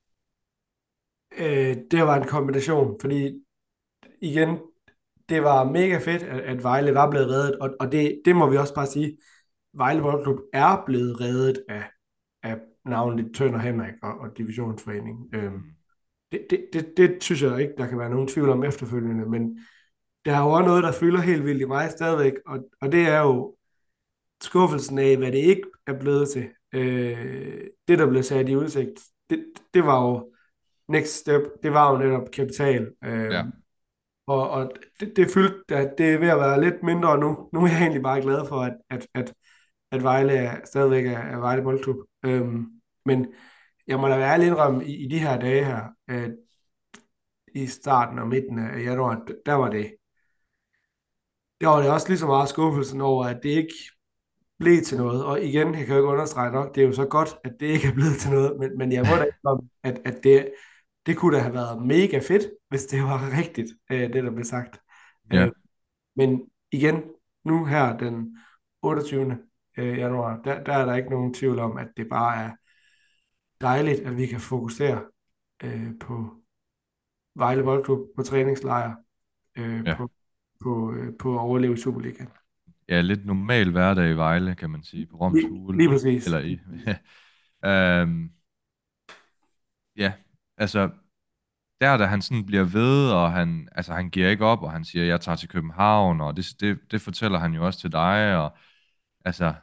Det var en kombination, fordi igen, det var mega fedt, at Vejle var blevet reddet, og det må vi også bare sige, Vejle Boldklub er blevet reddet af navnligt Tønder Henrik og Divisionsforeningen. Mm. Det synes jeg ikke, der kan være nogen tvivl om efterfølgende, men der er jo også noget, der fylder helt vildt i mig stadigvæk, og det er jo skuffelsen af, hvad det ikke er blevet til. Det, der blev sat i udsigt, det var jo next step, det var jo netop kapital. Ja, Og det fyldte, at det er ved at være lidt mindre nu. Nu er jeg egentlig bare glad for, at Vejle stadigvæk er Vejle Boldklub. Men jeg må da være ærlig indrømme, i de her dage her, i starten og midten af januar, der var det også lige så meget skuffelsen over, at det ikke blev til noget. Og igen, jeg kan jo ikke understrege nok, det er jo så godt, at det ikke er blevet til noget, men jeg må da indrømme, at det kunne da have været mega fedt, hvis det var rigtigt, det der blev sagt. ja, Men igen, nu her den 28. januar, der er der ikke nogen tvivl om, at det bare er dejligt, at vi kan fokusere på Vejle Boldklub, på træningslejr, ja. på at overleve i Superligaen. Ja, lidt normal hverdag i Vejle, kan man sige, på Roms Hule. Lige præcis. Eller i. Øhm, ja, altså, da han sådan bliver ved, og han giver ikke op, og han siger, jeg tager til København, og det fortæller han jo også til dig, og altså,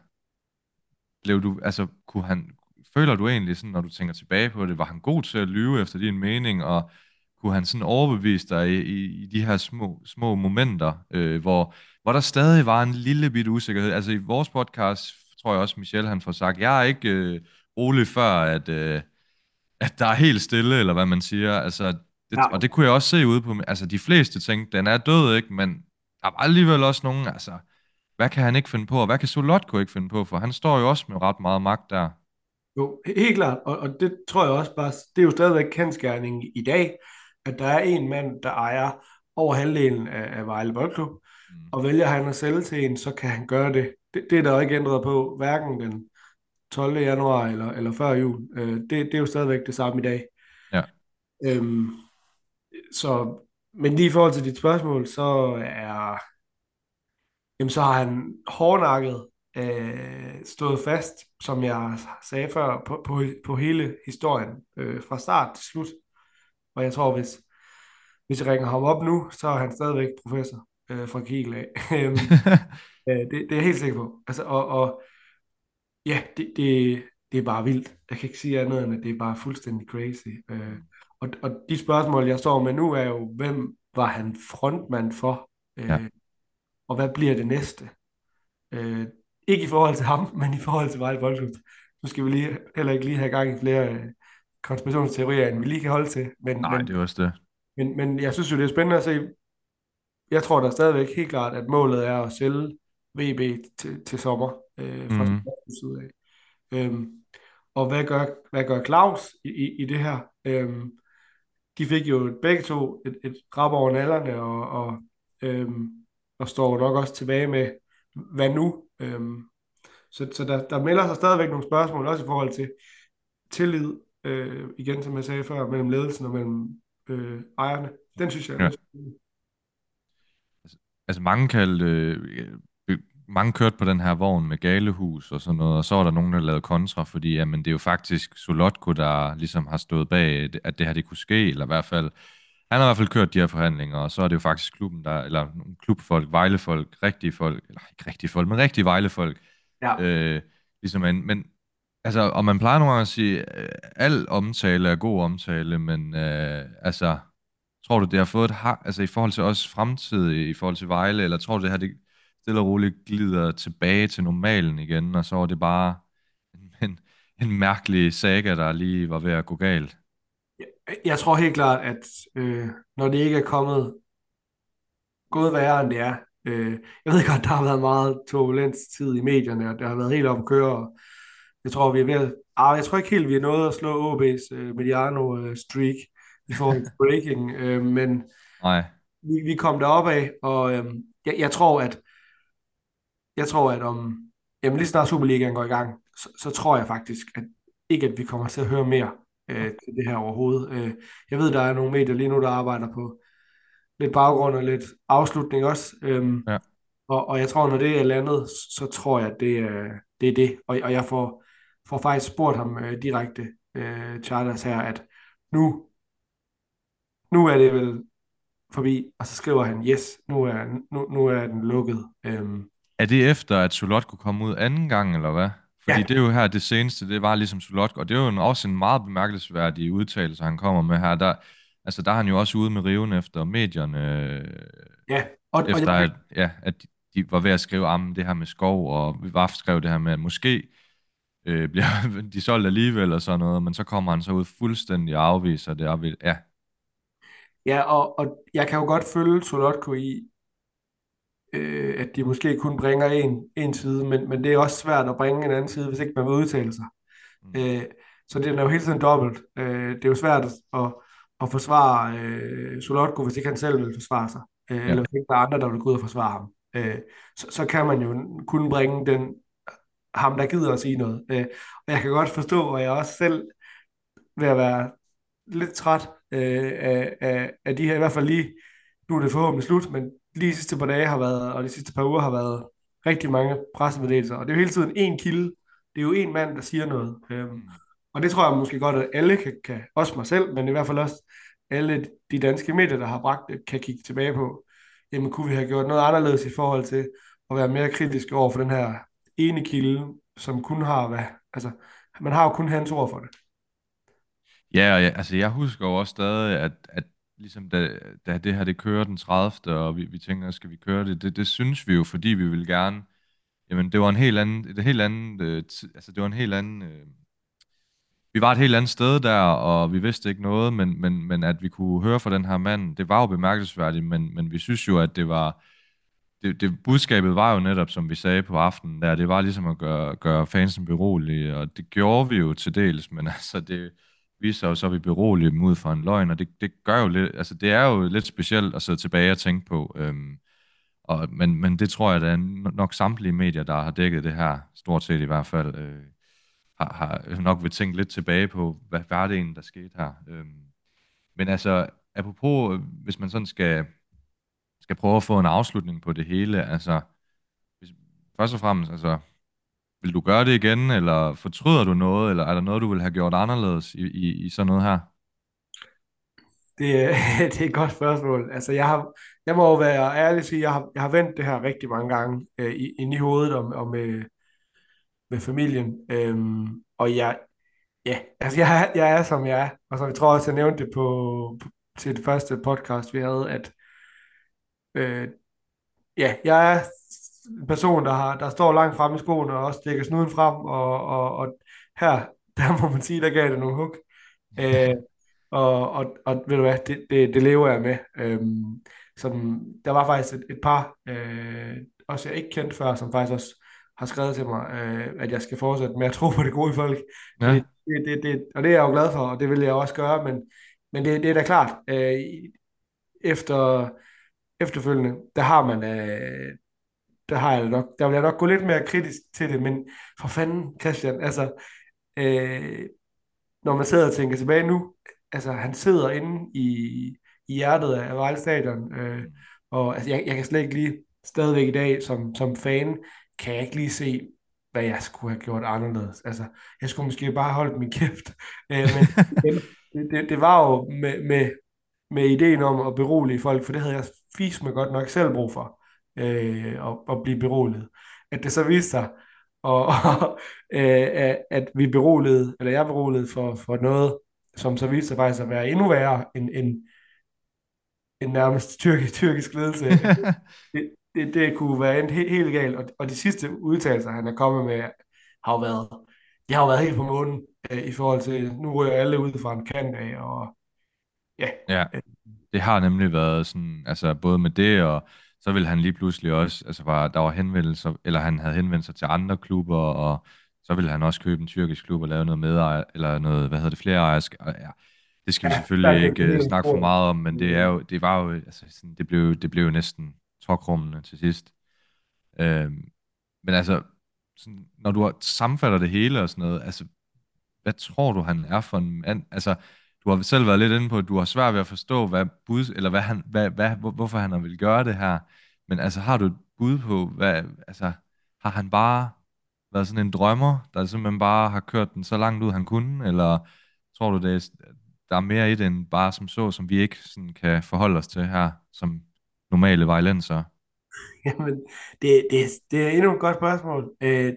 føler du egentlig sådan, når du tænker tilbage på det, var han god til at lyve efter din mening, og kunne han sådan overbevise dig i de her små momenter, hvor der stadig var en lille bit usikkerhed. Altså i vores podcast, tror jeg også, Michel han får sagt, jeg er ikke rolig før, at der er helt stille, eller hvad man siger. Altså, Og Ja, det kunne jeg også se ude på, altså de fleste tænkte, den er død, ikke? Men der var alligevel også nogen, altså, hvad kan han ikke finde på, og hvad kan Solotko ikke finde på, for han står jo også med ret meget magt der. jo, helt klart, og det tror jeg også bare, det er jo stadigvæk kendsgerningen i dag, at der er en mand, der ejer over halvdelen af Vejle Boldklub, Mm. og vælger han at sælge til en, så kan han gøre det. Det er der jo ikke ændret på, hverken den 12. januar eller før jul. Det er jo stadigvæk det samme i dag. Ja. Øhm, så, men lige i forhold til dit spørgsmål, så har han hårdnakket stået fast, som jeg sagde før, på hele historien, fra start til slut. Og jeg tror, hvis jeg ringer ham op nu, så er han stadigvæk professor fra Kiel af. Det er jeg helt sikker på. Altså, og ja, det er bare vildt. Jeg kan ikke sige andet, end at det er bare fuldstændig crazy. Og de spørgsmål, jeg står med nu, er jo, hvem var han frontmand for? Ja. Og hvad bliver det næste? Øh, ikke i forhold til ham, men i forhold til Vejle Boldklub. Nu skal vi heller ikke lige have gang i flere konspirationsteorier, end vi lige kan holde til. Men, Nej, det er men, også det. men jeg synes jo, det er spændende at se. Jeg tror da stadigvæk helt klart, at målet er at sælge VB til sommer fra Mm. Sportens side af. Øhm, og hvad gør Claus i det her? De fik jo begge to et rap over nallerne, øhm, og står nok også tilbage med, hvad nu? Så der melder sig stadigvæk nogle spørgsmål, også i forhold til tillid, igen som jeg sagde før, mellem ledelsen og mellem ejerne. Den synes jeg er Ja. lidt spændende. Altså mange kørte på den her vogn med galehus og sådan noget, og så var der nogen, der lavede kontra, fordi jamen, det er jo faktisk Solotko, der ligesom har stået bag, at det her det kunne ske, eller i hvert fald, han har i hvert fald kørt de her forhandlinger, og så er det jo faktisk klubben, eller nogle klubfolk, Vejlefolk, rigtige folk, eller ikke rigtige folk, men rigtige Vejlefolk, Ja. ligesom men altså, og man plejer nogle gange at sige, al omtale er god omtale, men altså, tror du, det har fået altså i forhold til os fremtidig, i forhold til Vejle, eller tror du, det her det stille og roligt glider tilbage til normalen igen, og så var det bare en mærkelig saga, der lige var ved at gå galt? Jeg tror helt klart, at når det ikke er gået værre, end det er. Jeg ved godt, der har været meget turbulens tid i medierne, og det har været helt op at køre. Og jeg tror, vi er ved at, jeg tror ikke helt, vi er nået at slå OB's Mediano-streak i forhold til breaking, men Nej. vi kom derop af, og jeg tror, at om, jamen lige snart Superligaen går i gang, så tror jeg faktisk, at ikke at vi kommer til at høre mere til det her overhovedet. Jeg ved, der er nogle medier lige nu, der arbejder på lidt baggrund og lidt afslutning også. Ja. Og jeg tror, når det er landet, så tror jeg, at det er det. Og jeg får faktisk spurgt ham direkte, Charles her, at nu er det vel forbi, og så skriver han, yes, nu er den lukket. Er det efter, at Solotko kom ud anden gang, eller hvad? Fordi Ja, det er jo her, det seneste, det var ligesom Solotko, og det er jo også en meget bemærkelsesværdig udtalelse, han kommer med her. Der er han jo også ude med riven efter medierne, ja. Og efter at de var ved at skrive om det her med skov, og vi var skrev det her med, at måske bliver de solgt alligevel og sådan noget, men så kommer han så ud fuldstændig og afviser det, og ja, og jeg kan jo godt følge Solotko i, at de måske kun bringer en side, men det er også svært at bringe en anden side, hvis ikke man vil udtale sig. Så det er jo hele tiden dobbelt. Det er jo svært at forsvare Solotko, hvis ikke han selv vil forsvare sig, ja. eller hvis ikke der er andre, der vil gå ud og forsvare ham. Så kan man jo kun bringe ham, der gider at sige noget. Og jeg kan godt forstå, og jeg er også selv ved at være lidt træt af de her, i hvert fald lige, nu er det forhåbentlig slut, men lige de sidste par dage har været, og de sidste par uger har været rigtig mange pressemeddelelser, og det er jo hele tiden en kilde, det er jo en mand, der siger noget. Og det tror jeg måske godt, at alle kan, også mig selv, men i hvert fald også alle de danske medier, der har bragt det, kan kigge tilbage på, jamen kunne vi have gjort noget anderledes i forhold til at være mere kritisk over for den her ene kilde, som kun har, altså, man har jo kun hans ord for det. Ja, og altså jeg husker jo også stadig, at ligesom da det her det kører den 30. og vi tænker, skal vi køre det synes vi jo, fordi vi vil gerne, jamen det var en helt anden, altså det var en helt anden, vi var et helt andet sted der, og vi vidste ikke noget, men at vi kunne høre fra den her mand, det var jo bemærkelsesværdigt, men vi synes jo, at det var, budskabet var jo netop, som vi sagde på aftenen der, det var ligesom at gøre fansen berolige, og det gjorde vi jo til dels, men altså det viser jo så, at vi beroliger dem ud fra en løgn, og det gør jo lidt, altså det er jo lidt specielt at sidde tilbage og tænke på, men det tror jeg, der er nok samtlige medier, der har dækket det her, stort set i hvert fald, har nok vil tænke lidt tilbage på, hvad var det egentlig, der skete her. Men altså, apropos, hvis man sådan skal prøve at få en afslutning på det hele, altså, hvis, først og fremmest, altså, vil du gøre det igen, eller fortryder du noget, eller er der noget, du vil have gjort anderledes i sådan noget her? Det er et godt spørgsmål. Altså, jeg må jo være ærlig og sige, jeg har vendt det her rigtig mange gange ind i hovedet og med familien. Og altså jeg er, som jeg er. Og så jeg tror også, jeg nævnte det til det første podcast, vi havde, at øh, jeg er en person, der står langt frem i skoene og også stikker snuden frem, og her, der må man sige, der gav det nogle hug. Øh, og ved du hvad, det lever jeg med. Der var faktisk et par, også jeg ikke kendte før, som faktisk også har skrevet til mig, at jeg skal fortsætte med at tro på det gode i folk. Fordi Ja, og det er jeg jo glad for, og det vil jeg også gøre, men det er da klart, efter, efterfølgende, der vil jeg nok gå lidt mere kritisk til det, men for fanden, Christian, altså, øh, når man sidder og tænker tilbage nu, altså han sidder inde i hjertet af Vejle Stadion, og altså, jeg kan slet ikke lige, stadigvæk i dag som fan, kan jeg ikke lige se, hvad jeg skulle have gjort anderledes. Altså, jeg skulle måske bare have holdt min kæft. Men igen, det var jo med ideen om at berolige folk, for det havde jeg fisk med godt nok selv brug for, at blive beroliget. At det så viste sig, og at vi beroligede, eller jeg beroligede for noget, som så viste sig faktisk at være endnu værre end nærmest tyrkisk ledelse. Det kunne være endt helt galt, og de sidste udtalelser, han er kommet med, de har jo været helt på månen, i forhold til, nu ryger alle ud fra en kant af, og ja, ja. Det har nemlig været sådan, altså både med det, og så ville han lige pludselig også, altså der var henvendelser, eller han havde henvendt sig til andre klubber, og så ville han også købe en tyrkisk klub og lave noget medejer, eller noget, hvad hedder det, flere ejerskab. Ja, det skal vi der selvfølgelig er ikke det hele snakke for sporet. meget om, men det var jo, altså sådan, det blev jo næsten tåkrummende til sidst. Men altså, sådan, når du sammenfatter det hele og sådan noget, altså, hvad tror du, han er for en mand? Altså, du har selv været lidt inde på, at du har svært ved at forstå, eller hvorfor han vil gøre det her. Men altså, har du et bud på, altså, har han bare været sådan en drømmer, der simpelthen bare har kørt den så langt ud, han kunne? Eller tror du, der er mere i det, end bare som vi ikke sådan kan forholde os til her, som normale vejlenser? Jamen, det er endnu et godt spørgsmål.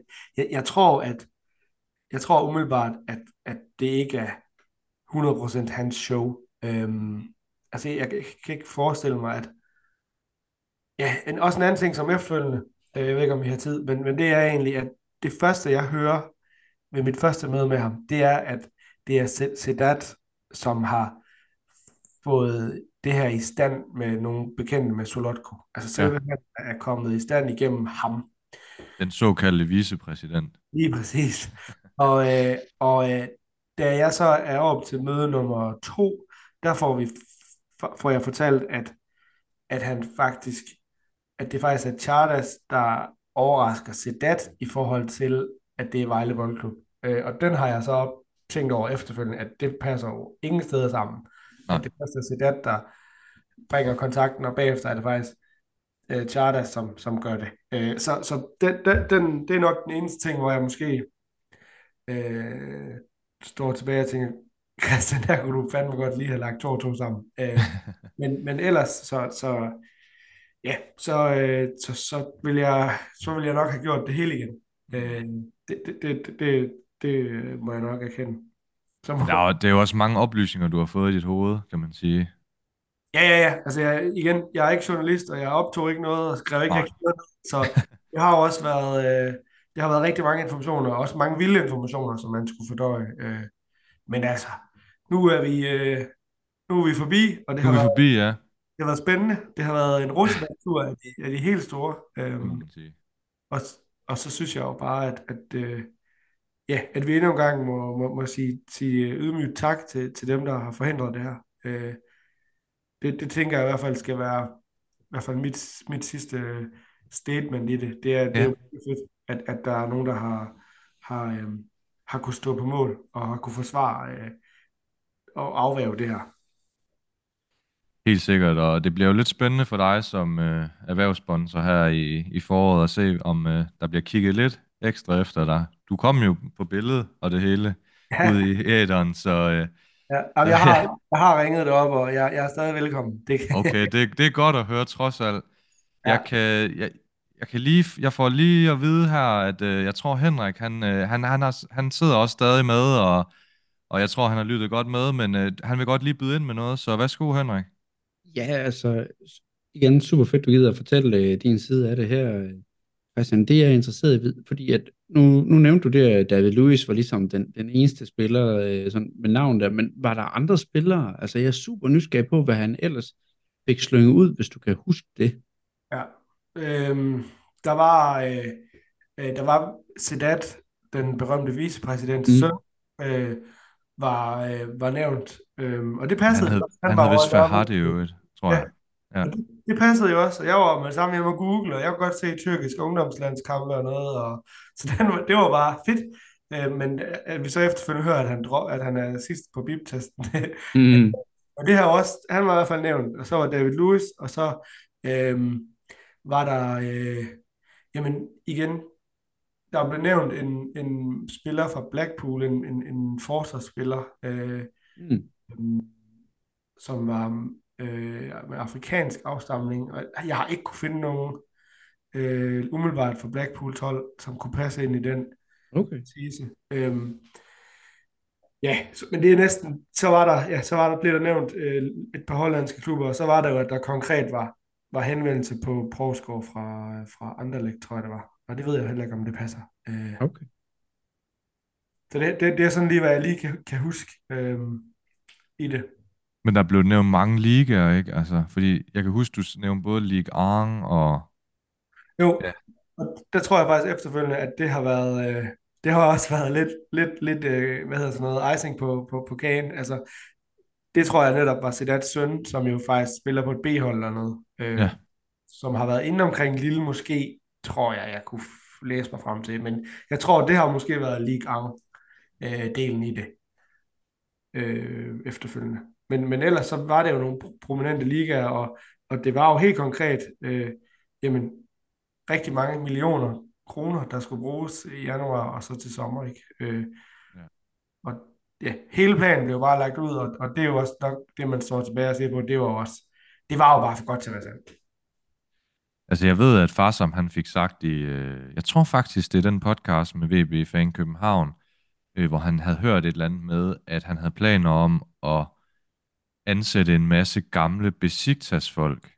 Jeg tror umiddelbart, at det ikke er 100% hans show. Altså, jeg kan ikke forestille mig, at... Ja, også en anden ting som efterfølgende, jeg ved ikke, om I har tid, men det er egentlig, at det første, jeg hører ved mit første møde med ham, det er, at det er Sedat, som har fået det her i stand med nogle bekendte med Solotko. Altså Ja, selve han er kommet i stand igennem ham. den såkaldte vicepræsident. Lige præcis. Og da jeg så er op til møde nummer 2, der får jeg fortalt, at han faktisk, at det faktisk er Chardas, der overrasker Sedat i forhold til, at det er Vejle Boldklub. Og den har jeg så tænkt over efterfølgende, at det passer jo ingen steder sammen. Nej. At det først er Sedat, der bringer kontakten, og bagefter er det faktisk Chardas, som gør det. Så det er nok den eneste ting, hvor jeg måske øh, står tilbage og tænker, Christian, der kunne du fandme godt lige have lagt 2 og 2 sammen. Men ellers, ja, så vil jeg nok have gjort det hele igen. Det må jeg nok erkende. Så må, Det er jo også mange oplysninger, du har fået i dit hoved, kan man sige. ja. Altså, jeg er ikke journalist, og jeg optog ikke noget, og skrev ikke Nej. rigtig noget. Så det har jo også været, det har været rigtig mange informationer, og også mange vilde informationer, som man skulle fordøje. Men altså, nu er vi, nu er vi forbi, og Nu er vi forbi, ja. det har været spændende. Det har været en rutsjebanetur af de helt store. Det må man sige. Og, og så synes jeg jo bare, at vi endnu en gang må sige ydmygt tak til dem, der har forhindret det her. Det tænker jeg i hvert fald skal være i hvert fald mit sidste statement i det. Det er Ja, jo fedt, at der er nogen, der har kunnet stå på mål og har kunne forsvare og afværge det her. helt sikkert, og det bliver jo lidt spændende for dig som erhvervssponsor her i foråret at se, om der bliver kigget lidt ekstra efter dig. Du kom jo på billedet og det hele ud Ja, i æderen, så ja. Jamen, jeg har ringet det op, og jeg er stadig velkommen. okay, det er godt at høre trods alt. Ja. Jeg kan, jeg kan lige, jeg får lige at vide her, at jeg tror Henrik, han sidder også stadig med, og jeg tror, han har lyttet godt med, men han vil godt lige byde ind med noget, så værsgo Henrik. Ja, altså, igen, super fedt, du gider at fortælle din side af det her, Christian. Det er jeg interesseret i, fordi at nu nævnte du det, at David Luiz var ligesom den eneste spiller sådan med navn der, men var der andre spillere? Altså, jeg er super nysgerrig på, hvad han ellers fik slynget ud, hvis du kan huske det. Ja. Øhm, der var, der var Sedat, den berømte vicepræsidents søn, Mm. øh, var nævnt. Og det passede. Han Han var hed vist over deroppe. Ferhat i øvrigt, tror Ja, jeg. Ja. og det passede jo også. Og jeg var med det samme hjemme og Google, og jeg kunne godt se tyrkiske ungdomslandskampe og noget. Så det var bare fedt. Men at vi så efterfølgende hører, at han er sidst på BIP-testen. Mm. Og det her også, han var i hvert fald nævnt. Og så var David Lewis, og så var der, jamen igen, der blev nævnt en spiller fra Blackpool, en forsvarsspiller, Mm. som var med afrikansk afstamning. Og jeg har ikke kunne finde nogen umiddelbart fra Blackpool 12, som kunne passe ind i den Okay. tese. Ja, men det er næsten, blev der nævnt et par hollandske klubber, og så var der jo, at der konkret var henvendelse på Provsgaard fra Anderlecht, tror jeg det var. Og det ved jeg heller ikke, om det passer. Okay. Så det er sådan lige, hvad jeg lige kan huske i det. Men der blev nævnt mange ligaer, ikke? Altså, fordi jeg kan huske, du nævnte både Ligue 1 og... Jo, Ja. og der tror jeg faktisk efterfølgende, at det har været, det har også været lidt hvad hedder sådan noget, icing på kagen. Altså, det tror jeg netop var Sedats søn, som jo faktisk spiller på et B-hold eller noget, Ja. som har været inde omkring Lille måske, tror jeg kunne læse mig frem til. Men jeg tror, det har måske været Ligue 1 delen i det efterfølgende. Men ellers så var det jo nogle prominente ligaer, og det var jo helt konkret, jamen, rigtig mange millioner kroner, der skulle bruges i januar og så til sommer, ikke? Ja. Og ja, hele planen blev bare lagt ud, og det er jo også nok det, man står tilbage og siger på, det var jo bare for godt til at være sandt. Altså, jeg ved, at Farsom, han fik sagt jeg tror faktisk, det er den podcast med VB Fan København, hvor han havde hørt et eller andet med, at han havde planer om at ansætte en masse gamle Besiktas-folk.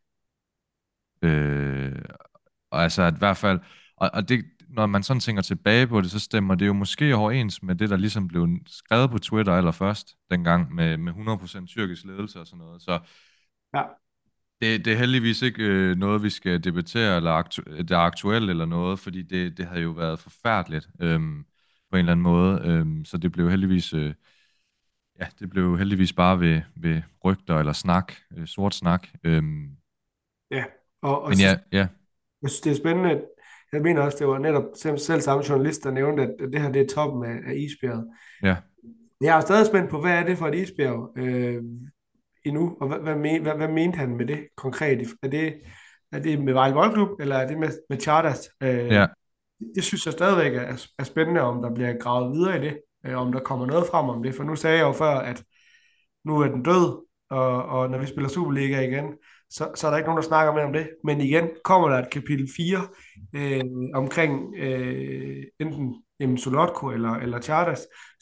Og altså, at i hvert fald, og det, når man sådan tænker tilbage på det, så stemmer det jo måske overens med det, der ligesom blev skrevet på Twitter allerførst, dengang med 100% tyrkisk ledelse og sådan noget. Så Ja. det er heldigvis ikke noget, vi skal debattere, eller det er aktuelt eller noget, fordi det havde jo været forfærdeligt på en eller anden måde. Så det blev heldigvis, det blev heldigvis bare ved rygter eller snak, sort snak. Ja, og Men så, ja, jeg synes, det er spændende. Jeg mener også, det var netop selv samme journalist, der nævnte, at det her det er toppen af isbjerget. ja, Jeg er stadig spændt på, hvad er det for et isbjerg endnu, og hvad mente han med det konkret? Er det med Vejle Boldklub, eller er det med Charters? ja, Det synes jeg stadigvæk er spændende, om der bliver gravet videre i det, om der kommer noget frem om det, for nu sagde jeg jo før, at nu er den død, og når vi spiller Superliga igen, så er der ikke nogen, der snakker mere om det. Men igen, kommer der et kapitel 4 omkring enten Solotko eller Charters,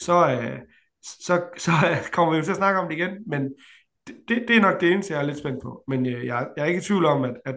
så kommer vi jo til at snakke om det igen. Men det er nok det eneste, jeg er lidt spændt på. Men jeg er ikke i tvivl om, at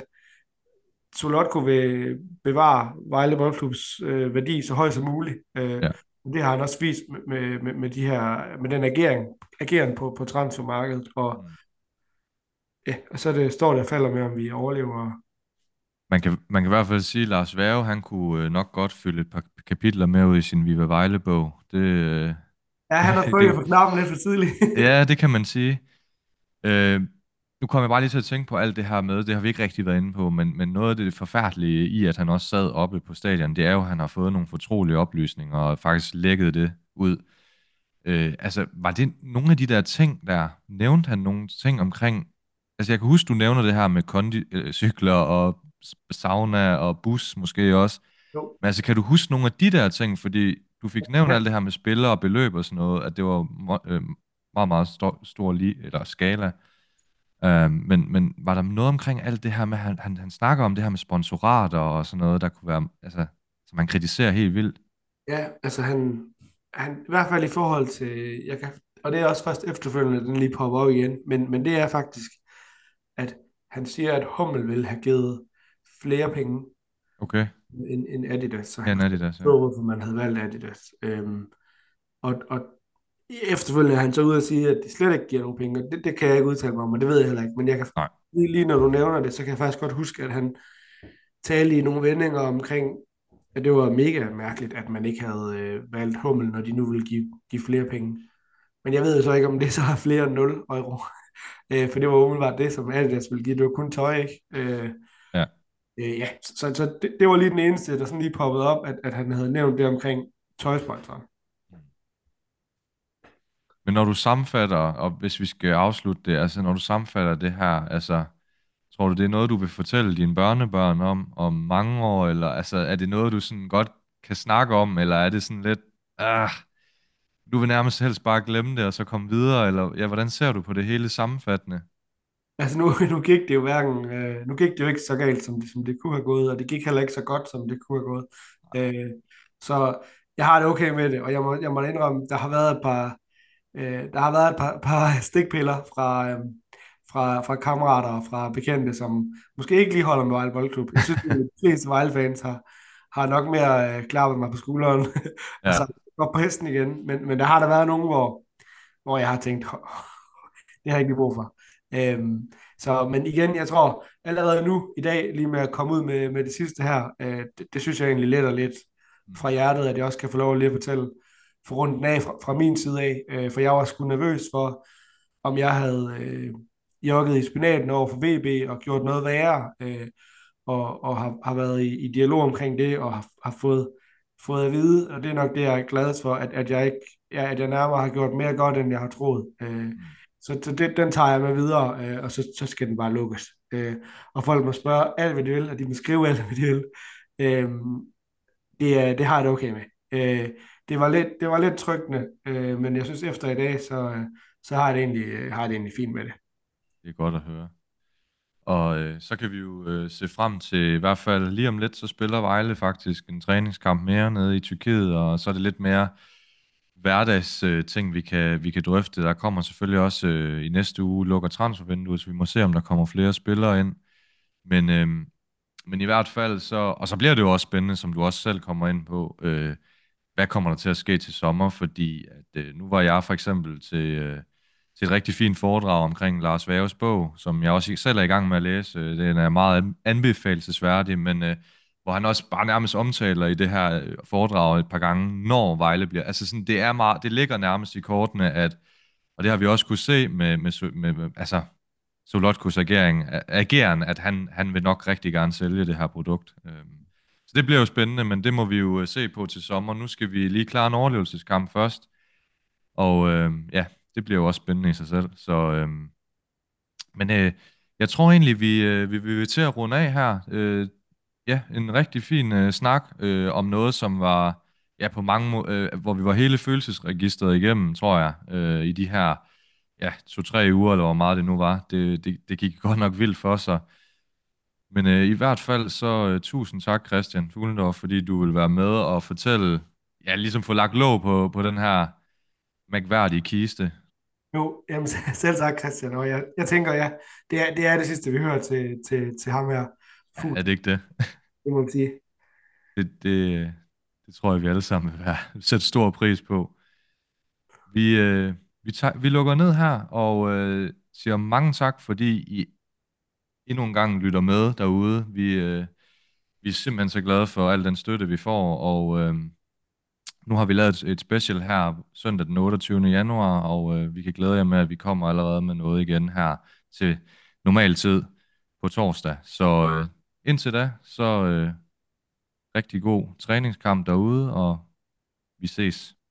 Solotko vil bevare Vejle Boldklubs værdi så højt som muligt. ja. Det har han også vist med de her, med den ageren på transfermarkedet. Og, Mm. ja, og så står det og falder med, om vi overlever. Man kan i hvert fald sige, at Lars Værge, han kunne nok godt fylde et par kapitler med ud i sin Viva Vejle-bog. Ja, han har trykket det, på knappen lidt for tidligt. ja, det kan man sige. Øh, Nu kommer jeg bare lige til at tænke på alt det her med, det har vi ikke rigtig været inde på, men noget af det forfærdelige i, at han også sad oppe på stadion, det er jo, at han har fået nogle fortrolige oplysninger og faktisk lækket det ud. Altså, var det nogle af de der ting, der nævnte han nogle ting omkring, altså jeg kan huske, du nævner det her med cykler og sauna og bus måske også, Jo. men altså, kan du huske nogle af de der ting, fordi du fik nævnt Ja. alt det her med spillere og beløb og sådan noget, at det var meget, meget stor eller skala. Men var der noget omkring alt det her med, han snakker om det her med sponsorater og sådan noget, der kunne være, altså, som man kritiserer helt vildt? Ja, altså han i hvert fald i forhold til, og det er også først efterfølgende, at den lige popper op igen, men det er faktisk, at han siger, at Hummel vil have givet flere penge Okay, end Adidas, så ja, han kunne Adidas, ja. forstå, hvorfor man havde valgt Adidas. Og efterfølgende er han så ude og sige, at de slet ikke giver nogen penge, og det kan jeg ikke udtale mig om, og det ved jeg heller ikke, men jeg kan Nej. lige når du nævner det, så kan jeg faktisk godt huske, at han talte i nogle vendinger omkring, at det var mega mærkeligt, at man ikke havde valgt Hummel, når de nu ville give flere penge. Men jeg ved jo så ikke, om det så er flere end 0 euro. For det var umiddelbart det, som Adidas ville give. Det var kun tøj, ikke? Ja. Ja, så det var lige den eneste, der sådan lige poppede op, at han havde nævnt det omkring tøjsponsoren. Men når du sammenfatter, og hvis vi skal afslutte det, altså når du sammenfatter det her, altså, tror du, det er noget, du vil fortælle dine børnebørn om mange år, eller altså, er det noget, du sådan godt kan snakke om, eller er det sådan lidt, du vil nærmest helst bare glemme det, og så komme videre, eller ja, hvordan ser du på det hele sammenfattende? Altså nu gik det jo nu gik det jo ikke så galt, som det kunne have gået, og det gik heller ikke så godt, som det kunne have gået. Øh, så jeg har det okay med det, og jeg må indrømme, der har været et par stikpiller fra kammerater og fra bekendte, som måske ikke lige holder med Vejle Boldklub. Jeg synes, at de fleste Vejle-fans har nok mere klappet mig på skulderen og Ja, sagt, gå på hesten igen. Men der har der været nogen, hvor jeg har tænkt, det har jeg ikke lige brug for. Men igen, jeg tror allerede nu i dag, lige med at komme ud med det sidste her, det synes jeg egentlig letter lidt fra hjertet, at jeg også kan få lov at lige at fortælle for runden af fra min side af, for jeg var sgu nervøs for, om jeg havde jogget i spinaten over for VB og gjort noget værre, og har været i dialog omkring det, og har fået at vide, og det er nok det, jeg er glad for, at jeg ikke, ja, at jeg nærmere har gjort mere godt, end jeg har troet. Så den tager jeg med videre, og så skal den bare lukkes. Og folk må spørge alt, hvad de vil, og de må skrive alt, hvad de vil. Øh, det har jeg det okay med. Det var lidt tryggende, men jeg synes efter i dag, så har jeg det egentlig fint med det. det er godt at høre. Og så kan vi jo se frem til, i hvert fald lige om lidt, så spiller Vejle faktisk en træningskamp mere nede i Tyrkiet, og så er det lidt mere hverdags ting, vi kan drøfte. Der kommer selvfølgelig også i næste uge lukker transfervinduet, så vi må se, om der kommer flere spillere ind. Men, men i hvert fald så, og så bliver det jo også spændende, som du også selv kommer ind på, hvad kommer der til at ske til sommer, fordi at, nu var jeg for eksempel til et rigtig fint foredrag omkring Lars Værges bog, som jeg også selv er i gang med at læse. Den er meget anbefalelsesværdig, men hvor han også bare nærmest omtaler i det her foredrag et par gange, når Vejle bliver. Altså sådan, det er meget, det ligger nærmest i kortene, at, og det har vi også kunne se med altså Solotkos ageren, at han vil nok rigtig gerne sælge det her produkt. Så det bliver jo spændende, men det må vi jo se på til sommer. Nu skal vi lige klare en overlevelseskamp først, og ja, det bliver jo også spændende i sig selv. Så, men jeg tror egentlig, vi vil til at runde af her. Ja, en rigtig fin snak om noget, som var ja, på mange hvor vi var hele følelsesregistret igennem, tror jeg, i de her ja, 2-3 uger, eller hvor meget det nu var. Det gik godt nok vildt for sig. Men i hvert fald så tusind tak, Christian Fuglendorf, fordi du vil være med og fortælle, ja, ligesom få lagt låg på den her mærkværdige kiste. Jo, jamen, selv tak, Christian. Og jeg tænker, ja, det er det sidste, vi hører til ham her. Ja, er det ikke det? Det må man sige. Det, Det tror jeg, vi alle sammen vil sætte stor pris på. Vi lukker ned her og siger mange tak, fordi I endnu en gang lytter med derude. Vi er simpelthen så glade for al den støtte, vi får, og nu har vi lavet et special her søndag den 28. januar, og vi kan glæde jer med, at vi kommer allerede med noget igen her til normal tid på torsdag. Så indtil da, så rigtig god træningskamp derude, og vi ses.